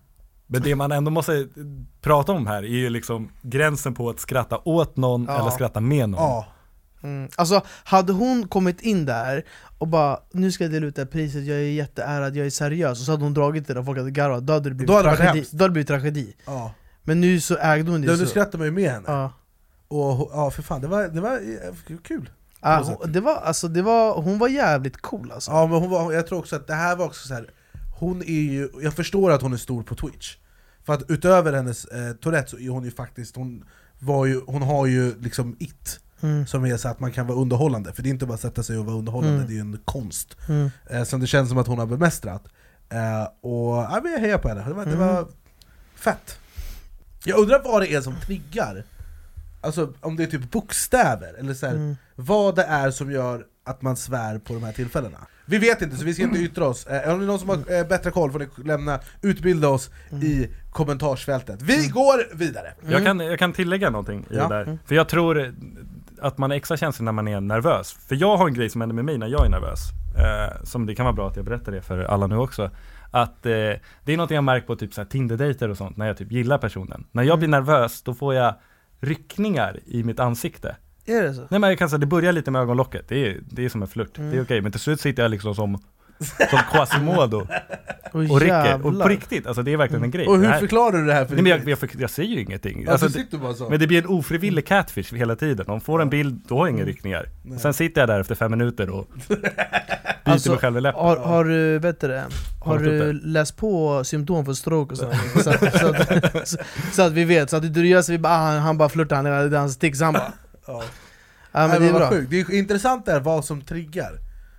Men det man ändå måste prata om här är ju liksom gränsen på att skratta åt någon ja. eller skratta med någon. Ja. Mm. Alltså hade hon kommit in där och bara nu ska jag dela ut det här priset, jag är jätteärad, jag är seriös, och så hade hon dragit det och folk hade garvat, då hade det blivit då hade tragedi. det då hade det blivit tragedi. Ja. Men nu så ägde hon det. Då, så. Nu skrattar man ju med henne. Ja. Och ja, för fan, det var, det var kul. Ah, hon, det var, alltså, det var, hon var jävligt cool alltså. Ja, men hon var, jag tror också att det här var också så här. Hon är ju, jag förstår att hon är stor på Twitch. För att utöver hennes eh, Tourette så är hon ju faktiskt, hon, var ju, hon har ju liksom it. Mm. Som är så att man kan vara underhållande. För det är inte bara att sätta sig och vara underhållande, mm. det är ju en konst. Mm. Eh, som det känns som att hon har bemästrat. Eh, och ja, men jag hejar på henne, det var, mm. det var fett. Jag undrar vad det är som triggar. Alltså om det är typ bokstäver eller så här, mm. vad det är som gör att man svär på de här tillfällena. Vi vet inte, så vi ska inte yttra oss. eh, Om det är någon som har eh, bättre koll får ni lämna, utbilda oss mm. i kommentarsfältet. Vi mm. går vidare. mm. jag, kan, jag kan tillägga någonting i ja. det där. För jag tror att man är extra känslig när man är nervös. För jag har en grej som händer med mig när jag är nervös, eh, som det kan vara bra att jag berättar det för alla nu också. Att eh, det är något jag märkt på typ så här Tinder-dejter och sånt, när jag typ gillar personen. När jag blir nervös, då får jag ryckningar i mitt ansikte. Är det så? Nej, men jag kan säga, det börjar lite med ögonlocket. Det är, det är som en flört. Mm. Det är okej, men till slut sitter jag liksom som som Quasimodo oh, och rycker. Och på riktigt, alltså det är verkligen en grej. Och hur här, förklarar du det här för nej, men jag, jag, jag, jag säger ju ingenting. Alltså, alltså, det, bara så. Men det blir en ofrivillig catfish hela tiden. Om får en bild, då har jag inga ryckningar. Och sen sitter jag där efter fem minuter och byter alltså, mig själv i läppen. Har, har du, vet du det? Har, har du läst på symptom för stroke och så, så, att, så, att, så, så att vi vet, så att du gör så vi bara, han, han bara flörtar, han är hans tics, han bara ja. Ja, men Nej, det är bra. Sjuk. Det är intressant där vad som triggar.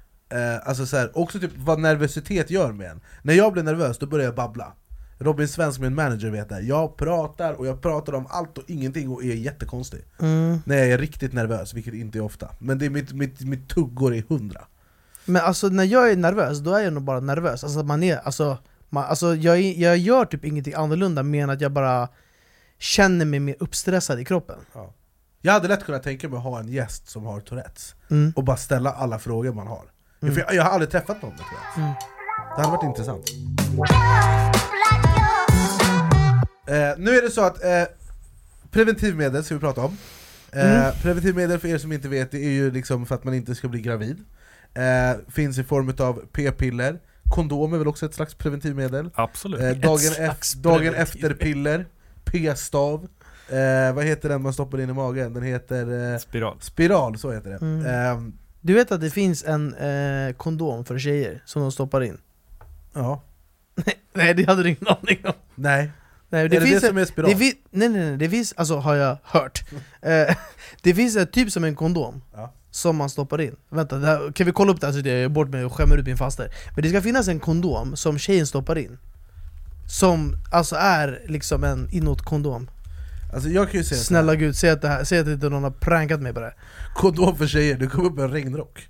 Eh, alltså så här, också typ vad nervositet gör med en. När jag blir nervös då börjar jag babbla. Robin Svensk, min manager, vet det. Jag pratar och jag pratar om allt och ingenting och är jättekonstig. Mm. När jag är riktigt nervös, vilket inte är ofta. Men det är mitt, mitt, mitt tugg går i hundra. Men alltså när jag är nervös, då är jag nog bara nervös. Alltså man är, alltså, man, alltså jag, jag gör typ ingenting annorlunda, men att jag bara känner mig mer uppstressad i kroppen. Ja. Jag hade lätt kunnat tänka mig att ha en gäst som har Tourettes mm. och bara ställa alla frågor man har. Mm. För jag, jag har aldrig träffat någon med Tourettes. Mm. Det hade varit intressant. Eh, nu är det så att eh, preventivmedel ska vi prata om. Eh, mm. Preventivmedel, för er som inte vet, det är ju liksom för att man inte ska bli gravid. Eh, finns i form av p-piller. Kondom är väl också ett slags preventivmedel. Absolut. Eh, dagen, ef- dagen efter-piller. P-stav. Eh, vad heter den man stoppar in i magen? Den heter... Eh, spiral. Spiral, så heter det. Mm. Eh, du vet att det finns en eh, kondom för tjejer som de stoppar in? Ja. Nej, det hade du ingen aning om. Nej. Nej, det är det finns det en, som är spiral? Det vi, nej, nej, nej, det finns, alltså har jag hört. eh, det finns ett typ som en kondom. Ja. Som man stoppar in. Vänta, det här, kan vi kolla upp det här så det är bort med och skämmer ut min faster. Men det ska finnas en kondom som tjejen stoppar in. Som alltså är liksom en inåt-kondom. Alltså jag kan ju säga snälla gud, säg att, det här, säg att inte någon har prankat mig på det. Kondom för tjejer, du kommer upp med en regnrock.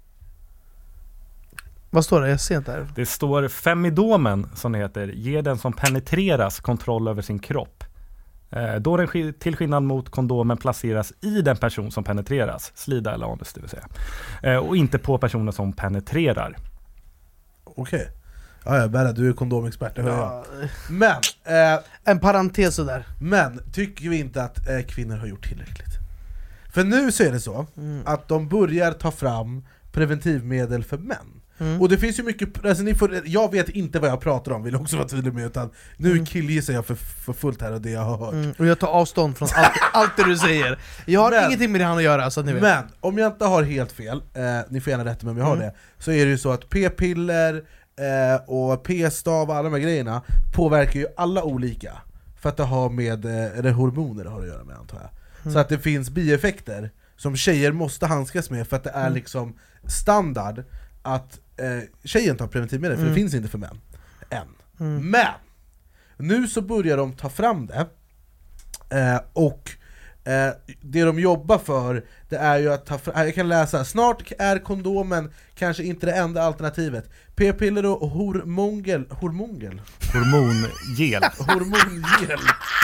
Vad står det? Jag ser inte här. Det står Femidomen, som det heter, ger den som penetreras kontroll över sin kropp. Eh, då den till skillnad mot kondomen placeras i den person som penetreras, slida eller anus det vill säga. Eh, och inte på personen som penetrerar. Okej. Okay. Ja, ja, Berra, du är kondomexpert, det hör ja. jag. Men, eh, en parentes sådär. Men, tycker vi inte att eh, kvinnor har gjort tillräckligt? För nu så är det så mm. att de börjar ta fram preventivmedel för män. Mm. Och det finns ju mycket, alltså ni får, jag vet inte vad jag pratar om, vill också vara tydlig med, utan nu mm. killgissar jag för, för fullt här och det jag har hört. Mm. Och jag tar avstånd från allt, allt det du säger. Jag har men, ingenting med det han att göra, så att ni vet. Men om jag inte har helt fel, eh, ni får gärna rätta mig om jag mm. har det, så är det ju så att p-piller eh, och p-stav och alla de här grejerna påverkar ju alla olika. För att det har med eh, eller hormoner har att göra med, antar jag. Mm. Så att det finns bieffekter som tjejer måste handskas med, för att det är mm. liksom standard att eh, tjejen tar preventivmedel, för mm. det finns inte för män än. Mm. Men nu så börjar de ta fram det, eh, och eh, det de jobbar för, det är ju att ta fram, jag kan läsa, snart är kondomen kanske inte det enda alternativet. P-piller och hormongel hormongel hormongel hormongel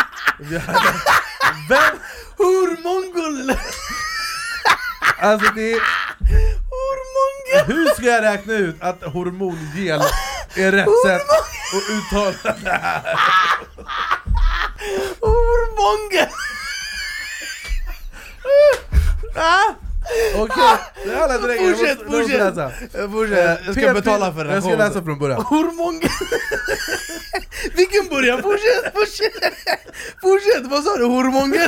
vem? Hormongel. Alltså det är... Hormongel. Hur ska jag räkna ut att hormongel är rätt Hormongel. sätt att uttala det här? Hormongel. Ah! Okej, okay. Det är alla direkt. Fortsätt, jag måste, fortsätt. läsa. fortsätt. Jag ska betala för det. Jag ska läsa från början. Hormongel. Vilken början? Fortsätt, fortsätt. Fortsätt, vad sa du? Hormongel.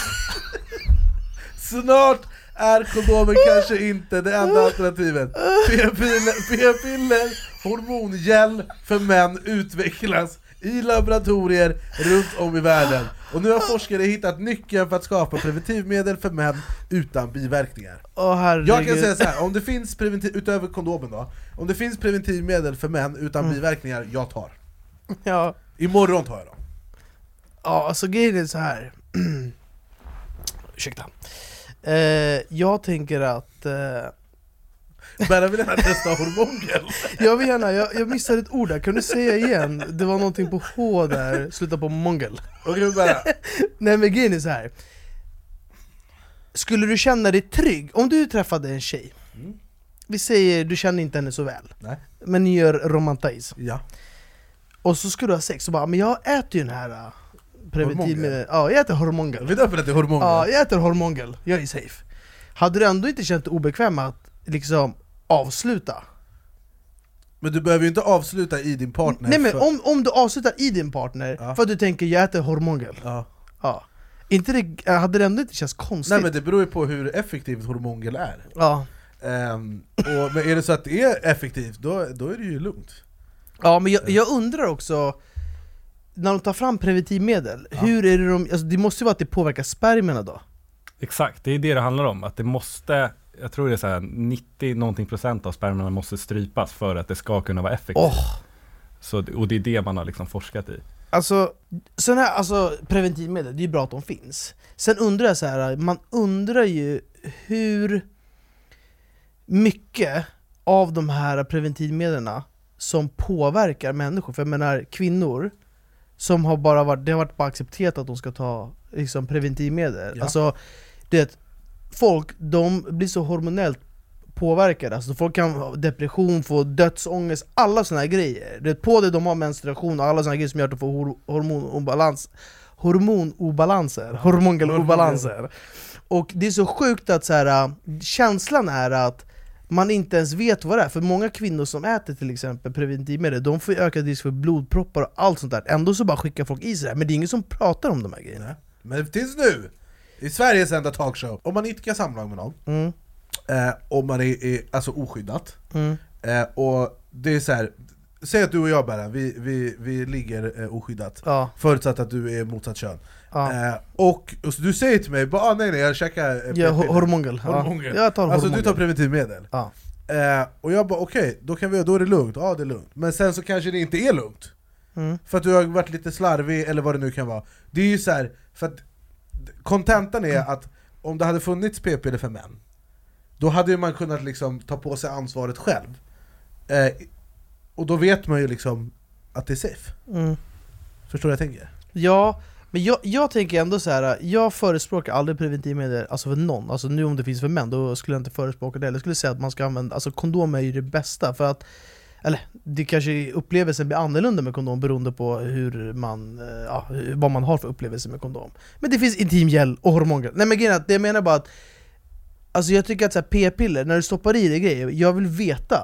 Snart är kondomen kanske inte det enda alternativet. P-piller, p-piller, hormongel för män utvecklas i laboratorier runt om i världen. Och nu har forskare hittat nyckeln för att skapa preventivmedel för män utan biverkningar. Åh, jag kan säga så här, om det finns preventiv, utöver kondomen då, om det finns preventivmedel för män utan mm. biverkningar, jag tar. Ja. Imorgon tar jag dem. Ja, alltså grejen är så här. Ursäkta. Eh, jag tänker att... Eh... Men jag vill gärna testa hormongel. Jag vill gärna, jag, jag missade ett ord där. Kan du säga igen? Det var någonting på H där, sluta på mongel. Okej, bara. Nej, men grejen är så här. Skulle du känna dig trygg om du träffade en tjej? Mm. Vi säger, du känner inte henne så väl. Nej. Men ni gör romantism. Ja. Och så skulle du ha sex och bara, men jag äter ju den här preventivmedel. Ja, jag äter hormongel. Vet du varför det är hormongel? Ja, jag äter hormongel. Jag är safe. Hade du ändå inte känt dig obekväm att liksom avsluta? Men du behöver ju inte avsluta i din partner. Nej, men för... om, om du avslutar i din partner, ja. För att du tänker, jag äter hormongel. Ja. Ja. Inte det, hade det ändå inte känts konstigt? Nej, men det beror ju på hur effektivt hormongel är. Ja. Um, och, men är det så att det är effektivt, då, då är det ju lugnt. Ja, men jag, jag undrar också, när de tar fram preventivmedel, ja. Hur är det de, alltså det måste ju vara att det påverkar spermierna då? Exakt, det är det det handlar om. Att det måste, jag tror det är så här, nittio någonting procent av spermierna måste strypas för att det ska kunna vara effektivt. Oh. Så, och det är det man har liksom forskat i. Alltså, sån här, alltså preventivmedel, det är ju bra att de finns. Sen undrar jag så här, man undrar ju hur mycket av de här preventivmedlen som påverkar människor. För jag menar, kvinnor som har bara varit, det har varit bara accepterat att de ska ta liksom preventivmedel. Ja. Alltså, det, folk, de blir så hormonellt påverkade. Alltså, folk kan ha depression, få dödsångest, alla såna här grejer. Det, på det de har menstruation och alla såna här grejer som gör att de får hor- hormonobalans, hormonobalanser, hormongelobalanser. Och det är så sjukt att så här, känslan är att man inte ens vet vad det är. För många kvinnor som äter till exempel preventivmedel, de får ökad risk för blodproppar och allt sånt där. Ändå så bara skickar folk i sig det. Men det är ingen som pratar om de här grejerna. Men tills nu, i Sveriges enda talkshow, om man inte kan samlag med någon, mm. eh, om man är, är alltså oskyddat, mm. eh, och det är så här, säg att du och jag bara, vi, vi, vi ligger eh, oskyddat, ja. Förutsatt att du är motsatt kön. Ja. Eh, och, och så du säger till mig, bara, ah, nej nej jag checkar eh, ja, hormongel. hormongel. Ja. Jag tar alltså hormongel. Du tar preventivmedel. Ja. Eh, och jag bara okej, okay, då, kan vi, då är det lugnt, ja det är lugnt. Men sen så kanske det inte är lugnt. Mm. För att du har varit lite slarvig eller vad det nu kan vara. Det är ju så här, för att kontentan är att om det hade funnits p-piller för män, då hade ju man kunnat liksom ta på sig ansvaret själv. Eh, och då vet man ju liksom att det är safe. Mm. Förstår du vad jag tänker? Ja, men jag, jag tänker ändå så här. Jag förespråkar aldrig preventivmedel alltså för någon. Alltså nu om det finns för män, då skulle jag inte förespråka det. Jag skulle säga att man ska använda, alltså kondom är ju det bästa. För att, eller det kanske upplevelsen blir annorlunda med kondom beroende på hur man, ja, vad man har för upplevelse med kondom. Men det finns intimgel och hormongel. Nej men grejen är att det, jag menar bara att, alltså jag tycker att så här, p-piller, när du stoppar i det grejer, jag vill veta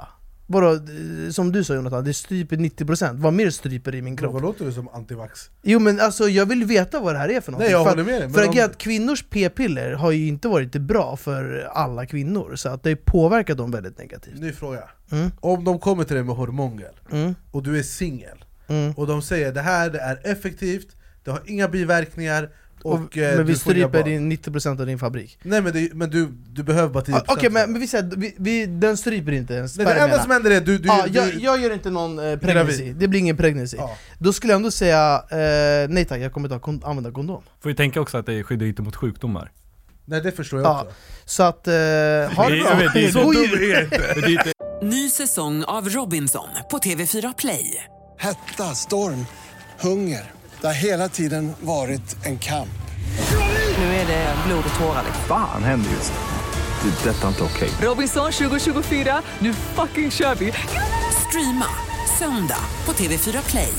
Bara, som du sa Jonathan, det stryper nittio procent. Vad mer stryper i min kropp? Vad låter du som antivax? Jo men alltså jag vill veta vad det här är för något. Nej jag för håller med dig. För om... att kvinnors p-piller har ju inte varit bra för alla kvinnor. Så att det påverkar dem väldigt negativt. Ny fråga. Mm. Om de kommer till dig med hormongel mm. och du är singel mm. och de säger det här det är effektivt, det har inga biverkningar. Och, och, men vi stryper din nittio procent av din fabrik. Nej men, det, men du, du behöver bara tio procent. Okej okay, men, men vi säger vi, vi, den stryper inte ens. Nej, det enda som händer är du, du, ah, du jag, jag gör inte någon eh, pregnancy. Det blir ingen pregnancy. ah. Då skulle jag ändå säga eh, nej tack, jag kommer inte kon- använda kondom. Får vi tänka också att det skyddar inte mot sjukdomar. Nej det förstår jag ah. också. Så att eh, har det, jag vet, det är så dum är inte. inte. Ny säsong av Robinson på T V fyra Play. Hetta, storm, hunger. Det har hela tiden varit en kamp. Nu är det blod och tårar. Fan händer just det. Det är detta inte okej. Robinson tjugo tjugofyra, nu fucking kör vi. Streama söndag på T V fyra Play.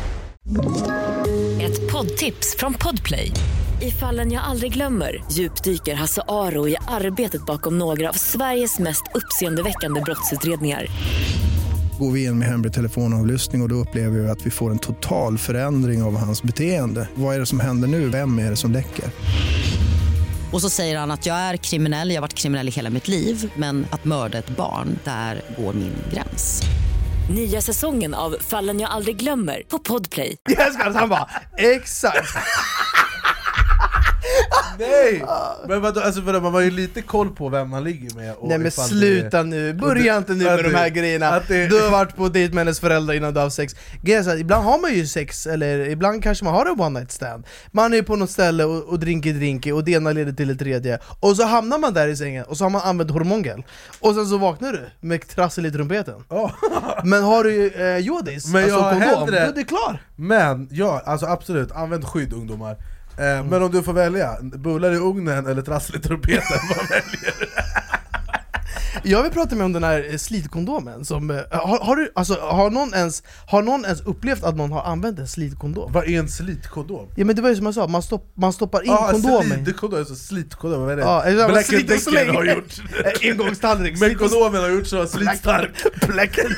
Ett poddtips från Podplay. I Fallen jag aldrig glömmer djupdyker Hasse Aro i arbetet bakom några av Sveriges mest uppseendeväckande brottsutredningar. Går vi in med hemlig telefonavlyssning och, och då upplever vi att vi får en total förändring av hans beteende. Vad är det som händer nu? Vem är det som läcker? Och så säger han att jag är kriminell, jag har varit kriminell i hela mitt liv. Men att mörda ett barn, där går min gräns. Nya säsongen av Fallen jag aldrig glömmer på Podplay. Jag ska han bara, exakt. Nej! Men vadå, alltså för man har ju lite koll på vem man ligger med. Och nej men sluta det, nu, börja inte nu med det, de här grejerna. Det, du har varit på dejt med hennes föräldrar innan du har sex. Grejen är, ibland har man ju sex, eller ibland kanske man har en one night stand. Man är på något ställe och, och drinker drinker och det ena leder till det tredje. Och så hamnar man där i sängen och så har man använt hormongel. Och sen så vaknar du med trassel i trumpeten. Oh. Men har du eh, jodis, men alltså jag kondom, hellre, då är det klar. Men ja, alltså absolut, använd skydd ungdomar. Eh, mm. Men om du får välja, bullar i ugnen eller trassel i trumpeten, vad väljer du? Jag vill prata med om den här slitkondomen som, har, har, du, alltså, har, någon ens, har någon ens upplevt att någon har använt en slitkondom? Vad är en slitkondom? Ja men det var ju som jag sa, man, stopp, man stoppar in ah, kondomen. Slitkondom, alltså slitkondom, vad är det? Ah, Black and Decker har gjort engångstallrik. Men kondomen har gjort så slitstark. Black and...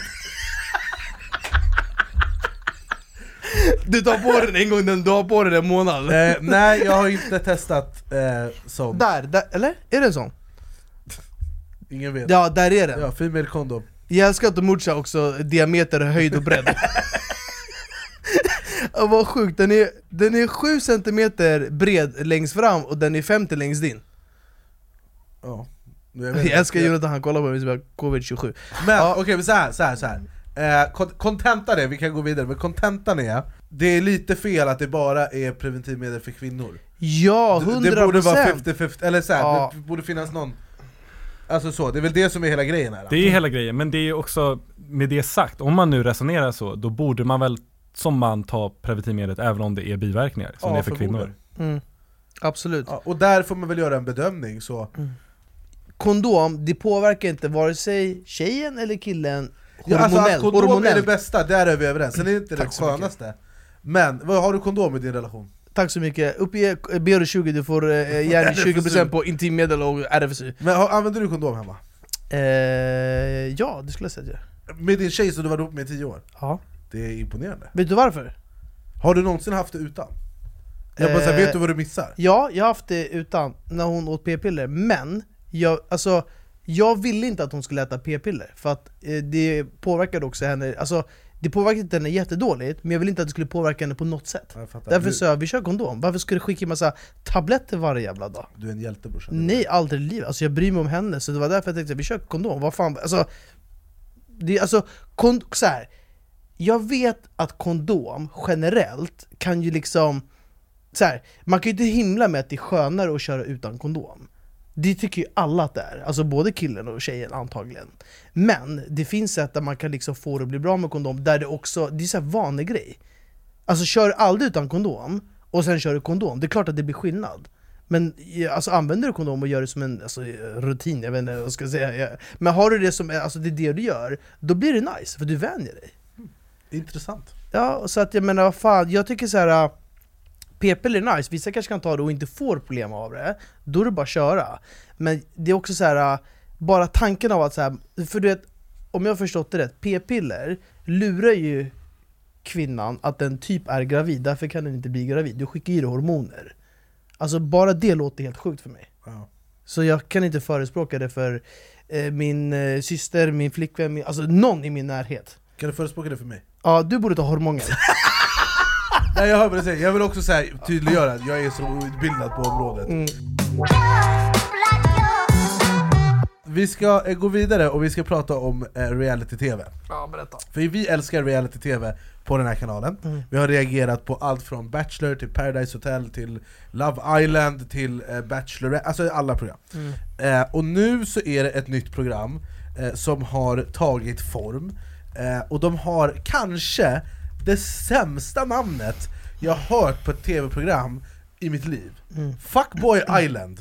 Du tar på den en gång, den, du har på den en månad. eh, Nej, jag har inte testat eh, sån. Där, där, eller? Är det en sån? Ingen vet. Ja, där är den. Ja, female condom. Jag älskar att de motsa också diameter, höjd och bredd. Vad sjukt, den är, den är sju centimeter bred längst fram och den är femtio längst in. Ja. Jag, jag älskar Jonathan, han kollar på mig som jag covid tjugosju. Men ja. okej, okay, så här, så här, så här. Eh, kontentan är, vi kan gå vidare, men kontentan är det är lite fel att det bara är preventivmedel för kvinnor. Ja, hundra procent. Det borde vara femtio femtio, eller så här, ja. det borde finnas någon. Alltså så, det är väl det som är hela grejen här. Det är hela grejen, men det är också, med det sagt, om man nu resonerar så, då borde man väl som man ta preventivmedlet även om det är biverkningar som ja, det är för, för kvinnor. Mm. Absolut. Ja, och där får man väl göra en bedömning så. Mm. Kondom, det påverkar inte vare sig tjejen eller killen. Ja, alltså att kondom hormonellt är det bästa, där är vi överens. Sen är det inte Tack det skönaste. Men vad har du kondom i din relation? Tack så mycket. Upp i B R tjugo, du får eh, gärna tjugo procent på intimmedel och R F S U. Men har, använder du kondom hemma? Eh, ja, det skulle jag säga. Med din tjej som du var ihop med i tio år? Ja. Det är imponerande. Vet du varför? Har du någonsin haft det utan? Jag bara, eh, så vet du vad du missar? Ja, jag har haft det utan när hon åt p-piller. Men jag, alltså, jag ville inte att hon skulle äta p-piller. För att eh, det påverkade också henne. Alltså, det påverkade inte henne jättedåligt, men jag ville inte att det skulle påverka henne på något sätt. Därför sa jag, vi kör kondom. Varför skulle du skicka en massa tabletter varje jävla dag? Du är en hjälte, brorsan. Nej, aldrig i livet. Alltså jag bryr mig om henne, så det var därför jag tänkte, vi kör kondom. Vad fan, alltså, det, alltså kon, så här, jag vet att kondom generellt kan ju liksom så här, man kan ju inte himla med att det är skönare att köra utan kondom. Det tycker ju alla att det är, alltså både killen och tjejen antagligen. Men det finns sätt där man kan liksom få det att bli bra med kondom, där det också, det är så här vanlig grej. Alltså kör aldrig utan kondom och sen kör du kondom, det är klart att det blir skillnad. Men alltså, använder du kondom och gör det som en alltså, rutin, jag vet inte vad jag ska säga. Men har du det som, alltså det är det du gör, då blir det nice, för du vänjer dig. Mm. Intressant. Ja, så att jag menar, vad fan, jag tycker så här. P-piller är nice, vissa kanske kan ta det och inte får problem av det. Då är det bara att köra. Men det är också så här, bara tanken av att så här, för du vet, om jag har förstått det rätt, p-piller lurar ju kvinnan att den typ är gravid, därför kan den inte bli gravid. Du skickar i dig hormoner. Alltså bara det låter helt sjukt för mig. Ja. Så jag kan inte förespråka det för eh, min eh, syster, min flickvän, min, alltså någon i min närhet. Kan du förespråka det för mig? Ja, du borde ta hormoner. Nej, jag hör vad du säger. Jag vill också säga, tydliggöra att jag är så utbildad på området. Mm. Vi ska eh, gå vidare och vi ska prata om eh, reality-tv. Ja, berätta. För vi älskar reality-tv på den här kanalen. Mm. Vi har reagerat på allt från Bachelor till Paradise Hotel till Love Island till eh, Bachelorette, alltså alla program. Mm. Eh, och nu så är det ett nytt program eh, som har tagit form. Eh, och de har kanske det sämsta namnet jag har hört på ett tv-program i mitt liv. Mm. Fuckboy Island.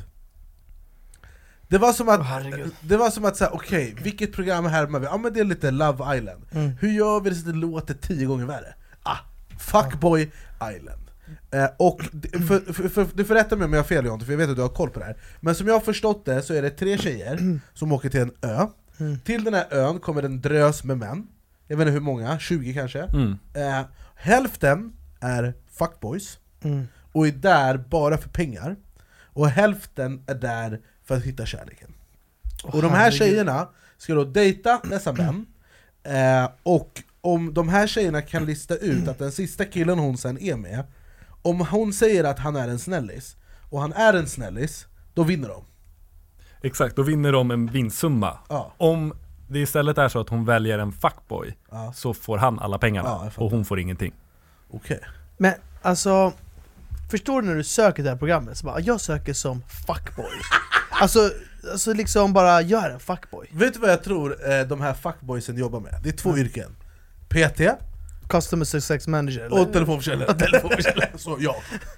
Det var som att, oh, det var som att säga, okej, okay, vilket program härmar vi? Ja, men det är lite Love Island. Mm. Hur gör vi det så det låter tio gånger värre? Ah, Fuckboy mm. Island. Eh, och för, för, för, du får rätta mig om jag har fel, Jonte, för jag vet att du har koll på det här. Men som jag har förstått det så är det tre tjejer som åker till en ö. Mm. Till den här ön kommer en drös med män. Jag vet inte hur många, tjugo kanske. Mm. Eh, hälften är fuckboys mm. och är där bara för pengar. Och hälften är där för att hitta kärleken. Oh, och de här tjejerna ska då dejta dessa män. Eh, och om de här tjejerna kan lista ut att den sista killen hon sen är med, om hon säger att han är en snällis och han är en snällis, då vinner de. Exakt, då vinner de en vinstsumma. Ja. Om det istället är så att hon väljer en fuckboy, ja, så får han alla pengarna, ja, och hon får ingenting. Okej. Okay. Men alltså, förstår du när du söker det här programmet så bara, jag söker som fuckboy. Alltså, alltså liksom bara gör en fuckboy. Vet du vad jag tror eh, de här fuckboysen jobbar med? Det är två mm. yrken. P T, Customer Success Manager, eller? Och telefonförsäljare. telefonförsäljare. Så ja.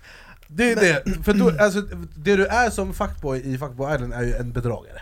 Det är det. För då, alltså, det du är som fuckboy i Fuckboy Island är ju en bedragare.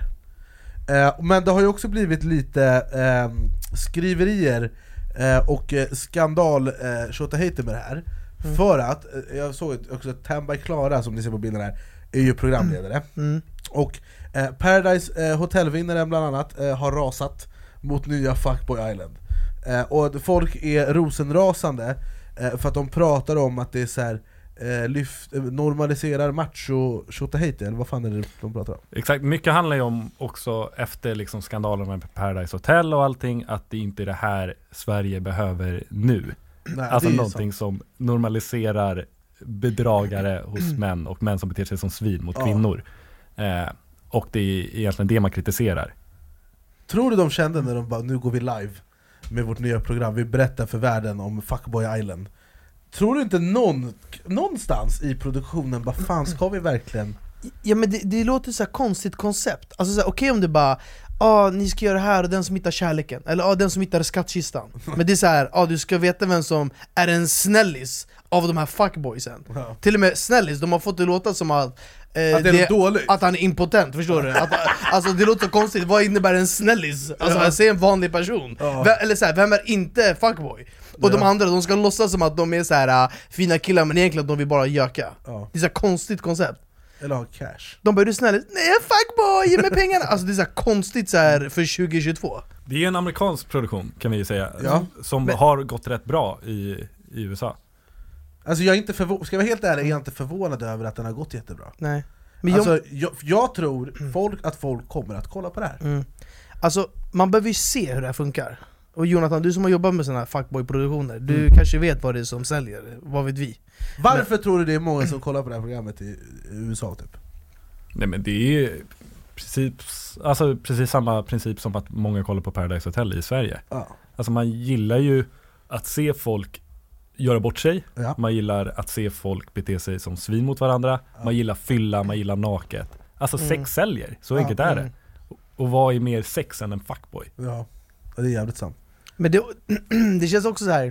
Eh, men det har ju också blivit lite eh, skriverier eh, och eh, skandal eh, tjottahater med det här. Mm. För att, eh, jag såg också att Tamba Klara, som ni ser på bilden här, är ju programledare. Mm. Och eh, Paradise eh, Hotelvinnaren bland annat eh, har rasat mot nya Fuckboy Island. Eh, och folk är rosenrasande eh, för att de pratar om att det är så här, eh, lyft, normaliserar macho tjottahater, eller vad fan är det de pratar om? Exakt, mycket handlar ju om också efter liksom skandalerna med Paradise Hotel och allting, att det inte är det här Sverige behöver nu. Nej, alltså någonting sant. Som normaliserar bedragare hos män och män som beter sig som svin mot ja. kvinnor. Eh, och det är egentligen det man kritiserar. Tror du de kände när de bara, nu går vi live med vårt nya program, vi berättar för världen om Fuckboy Island? Tror du inte någon, någonstans i produktionen bara, fan ska vi verkligen? Ja, men det, det låter så här konstigt koncept. Alltså okej okay, om det bara, ah, ni ska göra det här och den som hittar kärleken, eller ah, den som hittar skattkistan. Men det är så här, ah, du ska veta vem som är en snällis av de här fuckboysen. Ja. Till och med snällis, de har fått det låta som att eh, att, det är det, att han är impotent, förstår du? Att, alltså det låter så konstigt, vad innebär en snällis? Alltså ja. Se en vanlig person. Ja. Vem, eller så här, vem är inte fuckboy? Och ja. de andra, de ska låtsas som att de är så här uh, fina killar, men egentligen de vill bara göka. Ja. Det är så här konstigt koncept. Eller ha cash. De bara, är du snäll? Nej, fuckboy, ge mig pengarna. Alltså det är så här konstigt så här för tjugo tjugotvå. Det är en amerikansk produktion, kan vi ju säga, ja. som men, har gått rätt bra i, i U S A. Alltså jag är inte förvånad, ska jag vara helt ärlig, är jag inte förvånad över att den har gått jättebra. Nej. Men alltså, jag, jag, jag tror folk, att folk kommer att kolla på det här. Mm. Alltså man behöver ju se hur det här funkar. Och Jonathan, du som har jobbat med såna här fuckboy-produktioner, du mm. kanske vet vad det är som säljer, vad vet vi? Varför men, tror du det är många som kollar på det här programmet i U S A typ? Nej, men det är princip, alltså precis samma princip som att många kollar på Paradise Hotel i Sverige. Ja. Alltså man gillar ju att se folk göra bort sig. Ja. Man gillar att se folk bete sig som svin mot varandra. Ja. Man gillar fylla, man gillar naket. Alltså mm. sex säljer, så ja, enkelt är mm. det. Och vad är mer sex än en fuckboy? Ja, det är jävligt sant. Men det, det känns också så här,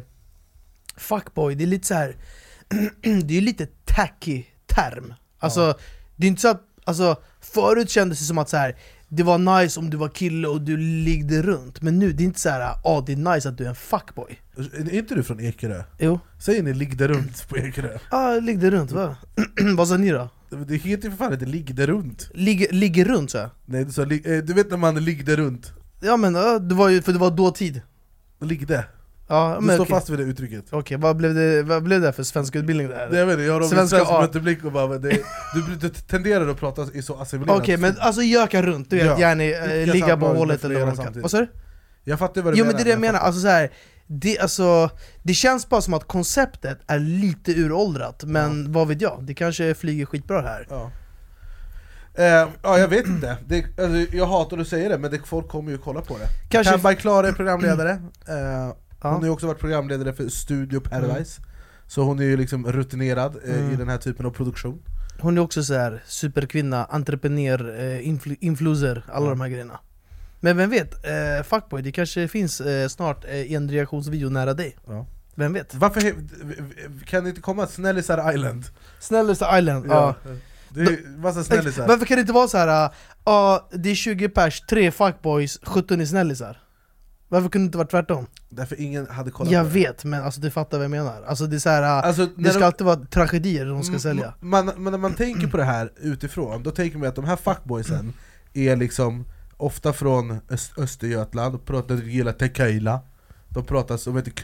fuckboy, det är lite så här det är lite tacky term. Alltså ja. Det är inte så att, alltså förut kändes det som att så här, det var nice om du var kille och du liggde runt, men nu det är inte så här, ja ah, det är nice att du är en fuckboy. Är inte du från Ekerö? Jo. Säger ni liggde runt på Ekerö? Ja, ah, liggde runt, va? Vad sa ni då? Det heter ju för fan att det liggde runt. Ligger ligger runt så? Nej, du sa, du vet när man liggde runt. Ja men det var ju, för det var dåtid. Det ligger det. Ja, du men står okej. fast vid det uttrycket. Okej, okay, vad blev det vad blev det för svensk utbildning där? Det jag vet inte, jag har svenska svensk möteblick och bara det, du, du tenderar att prata i så assimilerat. Okej, okay, men alltså göka runt, du vet, ja. gärna äh, ligga på hållet eller vad man kan. Vad sa du? Jag fattar vad du jo, menar. Jo men det är det jag menar, alltså så här, det, alltså, det känns bara som att konceptet är lite uråldrat, men ja. vad vet jag, det kanske flyger skitbra här. Ja. Uh, ja, jag vet inte. Det, alltså, jag hatar att säga det, men det, folk kommer ju kolla på det. Kanske Kambay Klara är programledare. Uh, ja. Hon har ju också varit programledare för Studio Paradise. Mm. Så hon är ju liksom rutinerad uh, mm. i den här typen av produktion. Hon är också så här superkvinna, entreprenör, uh, influ- influencer, alla mm. de här grejerna. Men vem vet, uh, Fuckboy, det kanske finns uh, snart uh, en reaktionsvideo nära dig. Ja. Vem vet? Varför kan det inte komma Snällisar Island? Snällisar Island, ja. ja. Det är massa snällisar. Varför kan det inte vara så här? Uh, det är tjugo pers, tre fuckboys, sjutton är snällisar. Varför kunde det inte vara tvärtom? Därför ingen hade kollat jag på det. Jag vet, men alltså, du fattar vad jag menar. Alltså, det är så här, alltså, det ska de, alltid vara tragedier de ska sälja. Man, man, när man tänker på det här utifrån, då tänker man att de här fuckboysen mm. är liksom ofta från Öst, Östergötland. De pratar gillar tequila. De pratar som heter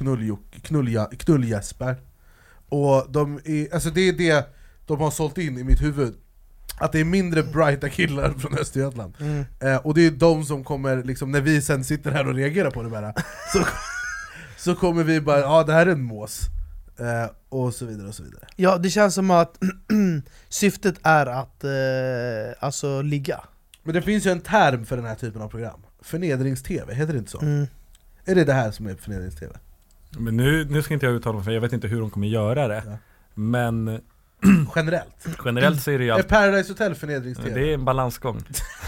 knulljesper. Och de är, alltså det är det de har sålt in i mitt huvud, att det är mindre brighta killar från Östergötland. Mm. eh, Och det är de som kommer, liksom, när vi sen sitter här och reagerar på det bara, så, så kommer vi bara, ja det här är en mås, eh, och så vidare och så vidare. Ja, det känns som att syftet är att eh, alltså ligga. Men det finns ju en term för den här typen av program. Förnedrings-tv, heter det inte så? Mm. Är det det här som är förnedrings-tv? Men nu, nu ska inte jag uttala mig, för jag vet inte hur de kommer göra det. Ja. Men generellt Generellt så är det ju allt... Är Paradise Hotel förnedrings-tv? Det är en balansgång.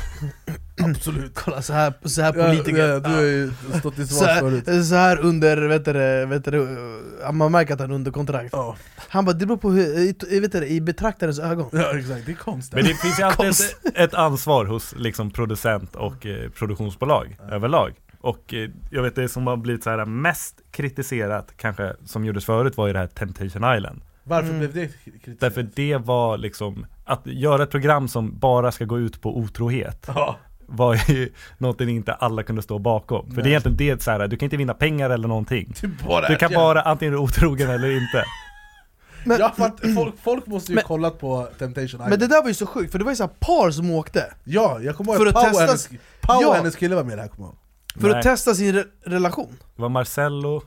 Absolut. Kolla så här, så här politiker. Ja, ja, du har ju stått i svar förut. Så här under, vet du, vet du, man märker att han är under kontrakt. Ja. Han bara, det beror på hur, vet du, i betraktarens ögon. Ja, exakt, det är konstigt. Men det finns ju alltid ett, ett ansvar hos liksom producent och eh, produktionsbolag ja. överlag. Och eh, jag vet det som har blivit så här mest kritiserat kanske som gjordes förut var ju det här Temptation Island. Varför mm. blev det kritiserat? Därför det var liksom att göra ett program som bara ska gå ut på otrohet. Ja. Var ju någonting inte alla kunde stå bakom. Nej. För det är egentligen det så här, du kan inte vinna pengar eller någonting. Du, du kan bara antingen vara otrogen eller inte. Men, ja, för att folk, folk måste ju men, kollat på Temptation Island. Men det där var ju så sjukt, för det var ju så här par som åkte. Ja, jag kommer ihåg att Pau och hennes, Pau ja. hennes kille var med där, kommer jag ihåg. För Nej. att testa sin re- relation. Det var Marcello.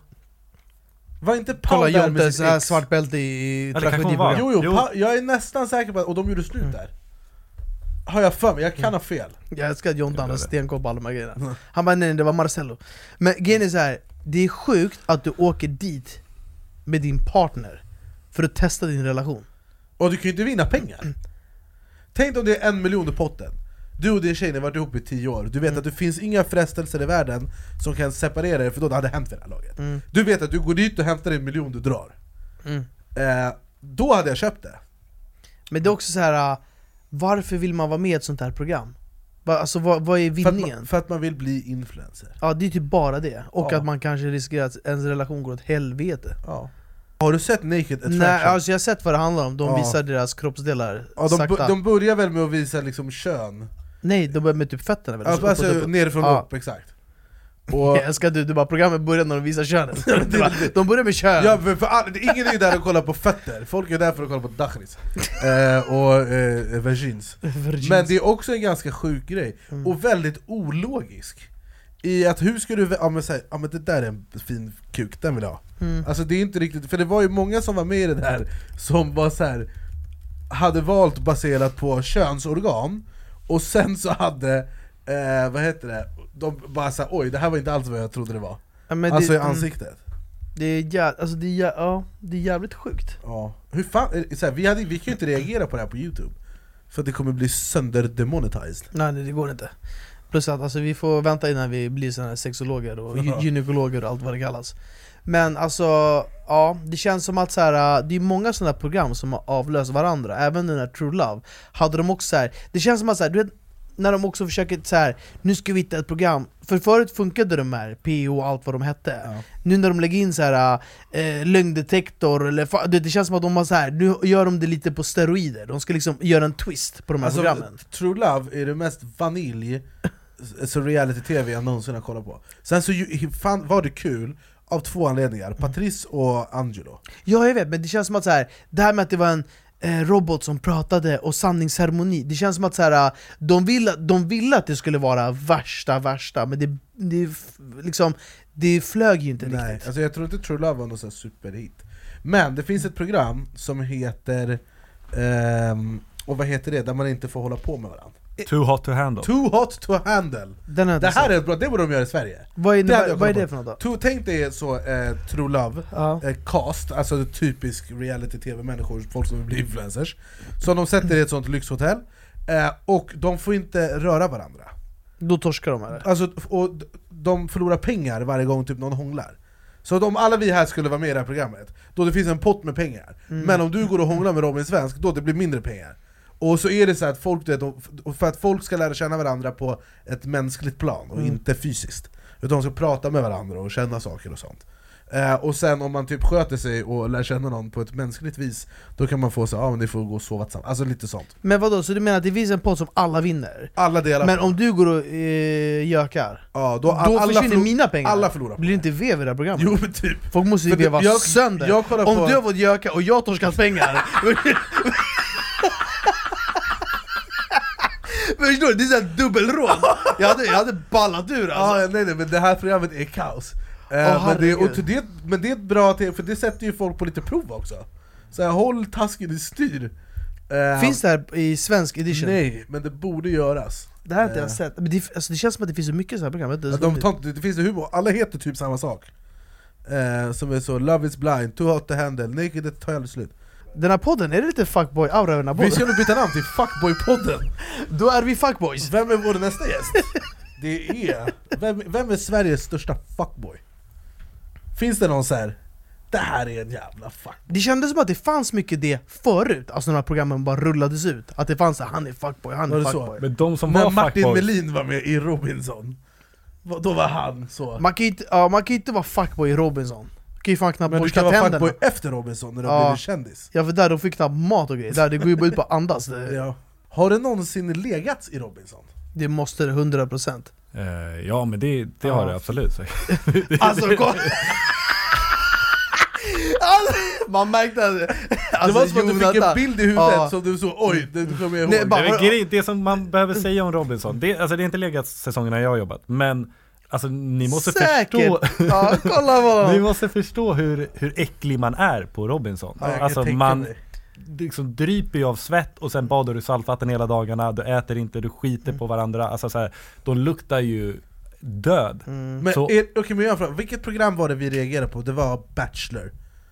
Var inte Pau Kolla, där med sin ex? Svart bälte i ja, tragedi. Jo, jo, jo. Pa- jag är nästan säker på att, och de gjorde slut där. Har jag för mig, jag kan ha fel. Jag älskar att Jontan har stenkoll på alla de här grejerna. Mm. Han bara, nej, nej det var Marcello. Men grejen är så här, det är sjukt att du åker dit med din partner för att testa din relation. Och du kan ju inte vinna pengar. Mm. Tänk om det är en miljon i potten. Du och din tjej har varit ihop i tio år. Du vet mm. att det finns inga frestelser i världen som kan separera er, för då det hade hänt för det här laget. Mm. Du vet att du går dit och hämtar en miljon, du drar. Mm. Eh, då hade jag köpt det. Men det är också så här, varför vill man vara med i ett sånt här program? Alltså vad, vad är vinningen? För att, man, för att man vill bli influencer. Ja, det är typ bara det. Och ja. att man kanske riskerar att ens relation går åt helvete. Ja. Har du sett Naked Attraction? Nej, alltså jag har sett vad det handlar om. De ja. visar deras kroppsdelar ja, de, sakta. de börjar väl med att visa liksom kön. Nej, de börjar med typ fötterna väl? Alltså, alltså upp. nerifrån ja. upp, exakt. Och jag ska du, du bara programmet börjar när de visar könen. De börjar med kön. Ja, för, för all, ingen är ju där och kollar på fötter. Folk är där för att kolla på dachris eh, och eh, vagins. Men det är också en ganska sjuk grej mm. och väldigt ologisk. I att hur ska du, ja men, säg, ja men det där är en fin kuk, den vill jag ha. Mm. Alltså det är inte riktigt, för det var ju många som var med i det där som var så här, hade valt baserat på könsorgan. Och sen så hade, eh, vad heter det, de bara såhär, oj det här var inte alls vad jag trodde det var. Ja, alltså det, i ansiktet. Det är, jä- alltså det, är jä- ja, det är jävligt sjukt. Ja. Hur fan, så här, vi, hade, vi kan ju inte reagera på det här på YouTube. För att det kommer bli sönderdemonetized. Nej, nej det går inte. Plus att alltså, vi får vänta innan vi blir såna här sexologer och ja. gynekologer och allt vad det kallas. Men alltså, ja, det känns som att så här, det är många sådana här program som har avlöst varandra. Även den här True Love hade de också så här, det känns som att så här, du vet, när de också försöker så här, nu ska vi hitta ett program. För förut funkade de här, P O och allt vad de hette. Ja. Nu när de lägger in så här äh, lögndetektor eller det, det känns som att de har så här, nu gör de det lite på steroider. De ska liksom göra en twist på de här alltså, programmen. True Love är det mest vanilj så reality-tv jag någonsin har kollat på. Sen så ju, fan, var det kul av två anledningar, Patrice och Angelo. Ja, jag vet, men det känns som att så här, det här med att det var en eh, robot som pratade och sanningsceremoni, det känns som att så här, de ville de ville att det skulle vara värsta värsta, men det det liksom det flög ju inte. Nej, riktigt. alltså jag tror inte True Love var någon sån superhit. Men det finns ett program som heter ehm, och vad heter det, där man inte får hålla på med varandra. Too hot to handle. Too hot to handle. Den är det här är bra, det borde de göra i Sverige. Vad är det, det, vad, vad är det för något då? To, tänk dig så eh, True Love ja. eh, cast, alltså typisk reality-tv-människor, folk som vill bli influencers. Så de sätter i ett sånt lyxhotell eh, och de får inte röra varandra. Då torskar de eller? Alltså, och de förlorar pengar varje gång typ någon hånglar. Så om alla vi här skulle vara med i det här programmet, då det finns en pott med pengar. Mm. Men om du går och hånglar med Robin Svensk, då det blir mindre pengar. Och så är det så att folk, för att folk ska lära känna varandra på ett mänskligt plan och mm. inte fysiskt. Utan de ska prata med varandra och känna saker och sånt. Eh, och sen om man typ sköter sig och lär känna någon på ett mänskligt vis, då kan man få så, ja ah, men det får gå och sova tillsammans. Alltså lite sånt. Men vadå, så du menar att det finns en podd som alla vinner? Alla delar. Men på. om du går och eh, gökar, ja, då, då alla försvinner förlor- mina pengar. Alla förlorar på. Blir det inte vev i det här programmet? Jo men typ. Folk måste ju veva jag, sönder. Jag om på... du har fått göka och jag torskat pengar. Förstår du? Det är såhär dubbelrån. Jag hade, jag hade ballat ur alltså. Ja, nej, nej, men det här programmet är kaos. Uh, oh, men, det, och det, men det är ett bra till, för det sätter ju folk på lite prov också. Så här, håll tasken i styr. Uh, finns det här i svensk edition? Nej, men det borde göras. Det här har inte jag sett. Men det, alltså, det känns som att det finns så mycket så här program. Det, ja, de tar, det finns ju humor, alla heter typ samma sak. Uh, som är så, Love is blind, Too hot to handle, Naked, det tar aldrig slut. Den här podden, är det lite fuckboy aura över den här podden? Vi ska nog byta namn till Fuckboy-podden. Då är vi fuckboys. Vem är vår nästa gäst? Det är... Vem, vem är Sveriges största fuckboy? Finns det någon så här? Det här är en jävla fuck. Det kändes som att det fanns mycket det förut. Alltså när programmen bara rullades ut. Att det fanns så här, han är fuckboy, han är var fuckboy. Men de som När var Martin fuckboys. Melin var med i Robinson, då var han så. Man kan inte, ja, man kan inte vara fuckboy i Robinson. Kan ju fan knappt men du borsta kan vara tänderna. fuckboy efter Robinson när du ja. blir kändis. Ja, för där de fick knappt mat och grejer. Där det går ju bara ut på att andas. Det, ja. Har det någonsin legats i Robinson? det måste det, hundra procent. Uh, ja men det, det ja. har det absolut. Alltså kom. Man märkte att alltså, det var som att du fick en bild i huvudet ja. som du så oj, det kommer jag ihåg. Nej, bara, det, det som man behöver säga om Robinson, det, alltså, det är inte legat säsongerna jag har jobbat, men alltså, ni måste Säkert. förstå ja, kolla vad ni måste förstå hur, hur äcklig man är på Robinson. Ja, alltså man liksom dryper ju av svett och sen badar du saltvatten hela dagarna, du äter inte, du skiter mm. på varandra, alltså så här, de luktar ju död. Mm. Men så, är, okay, men jag frågar, vilket program var det vi reagerade på? Det var Bachelor.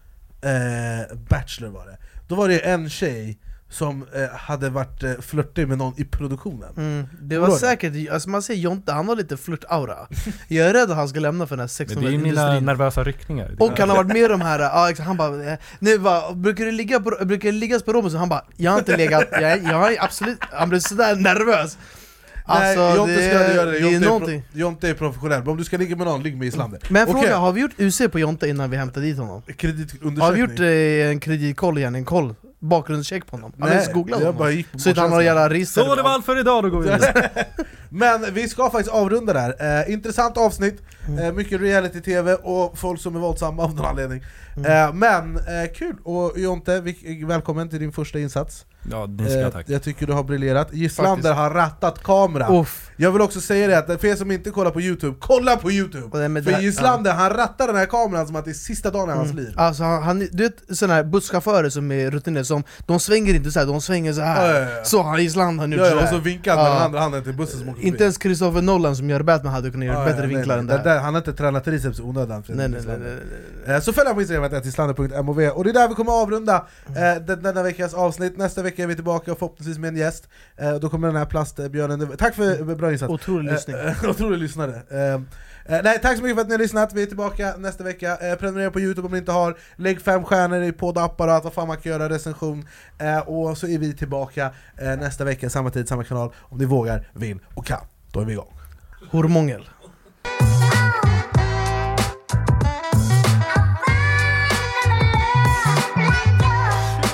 Eh, Bachelor var det. Då var det en tjej som eh, hade varit eh, flörtig med någon i produktionen. Mm. Det var, var säkert, det? Alltså man ser Jonte, han har lite flört-aura. Jag är rädd att han ska lämna för den här sextonhundra-industrin. Det är mina nervösa ryckningar. Och han har varit med de här, ja, han bara, nu va, brukar det ligga på, brukar det liggas på Robinson? Han bara, jag har inte legat, jag, jag har absolut, han blev sådär nervös. Nej, alltså, Jonte det, ska göra det. det Jonte, är är någonting. pro, Jonte är professionell, men om du ska ligga med någon, ligg med Islander. Men fråga, okay. har vi gjort U C på Jonte innan vi hämtade dit honom? Kreditundersökning. Har vi gjort eh, en kreditkoll igen, en koll? Bakgrundscheck på honom? Nej, jag googlade jag honom. bara gick på så han har jävla register. Så det var allt för idag, då går vi vidare. Men vi ska faktiskt avrunda där. Eh, intressant avsnitt, eh, mycket reality-tv och folk som är våldsamma av någon anledning. Mm. Eh, men eh, kul, och Jonte, vi, välkommen till din första insats. Ja, ni ska, tack. Eh, jag tycker du har briljerat. Gislander har rattat kamera. Uff. Jag vill också säga det, att för er som inte kollar på YouTube, kolla på YouTube! Nej, för här, Gislander, ja. han rattar den här kameran som att det är sista dagen i hans mm. liv. Alltså han, han, du vet sådana här busschaufförer som är rutinerade, som de svänger inte så här, de svänger så här. Ja, ja, ja. Så han Gislander nu. Ja, ja, och så vinkar han med den andra handen till bussen som åker. Inte ens Christopher Nolan som gör Batman hade kunnat göra ja, bättre ja, vinklar nej, än nej. det här. Han har inte tränat triceps onödan. Nej, nej, nej, nej, nej. Så följ på Instagram att gislander punkt mov. Och det är där vi kommer att avrunda mm. eh, denna veckas avsnitt. Nästa vecka är vi tillbaka och förhoppningsvis med en gäst. eh, Då kommer den här plastbjörnen. Tack för bra insats. Otrolig lyssning. eh, Otrolig lyssnare. eh, eh, Nej, tack så mycket för att ni har lyssnat. Vi är tillbaka nästa vecka. eh, Prenumerera på YouTube om ni inte har. Lägg fem stjärnor i poddapparat, vad fan man kan göra, recension. eh, Och så är vi tillbaka eh, nästa vecka, samma tid, samma kanal. Om ni vågar, vill och kan. Då är vi igång. Hormongel.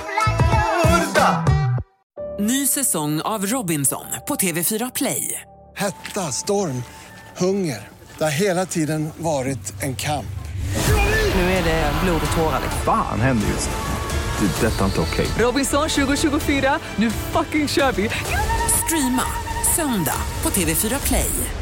Ny säsong av Robinson på T V fyra Play. Hetta, storm, hunger. Det har hela tiden varit en kamp. Nu är det blod och tårar. Fan händer just det. Det är detta inte okej. Robinson tjugo tjugofyra, nu fucking kör vi! Streama söndag på T V fyra Play.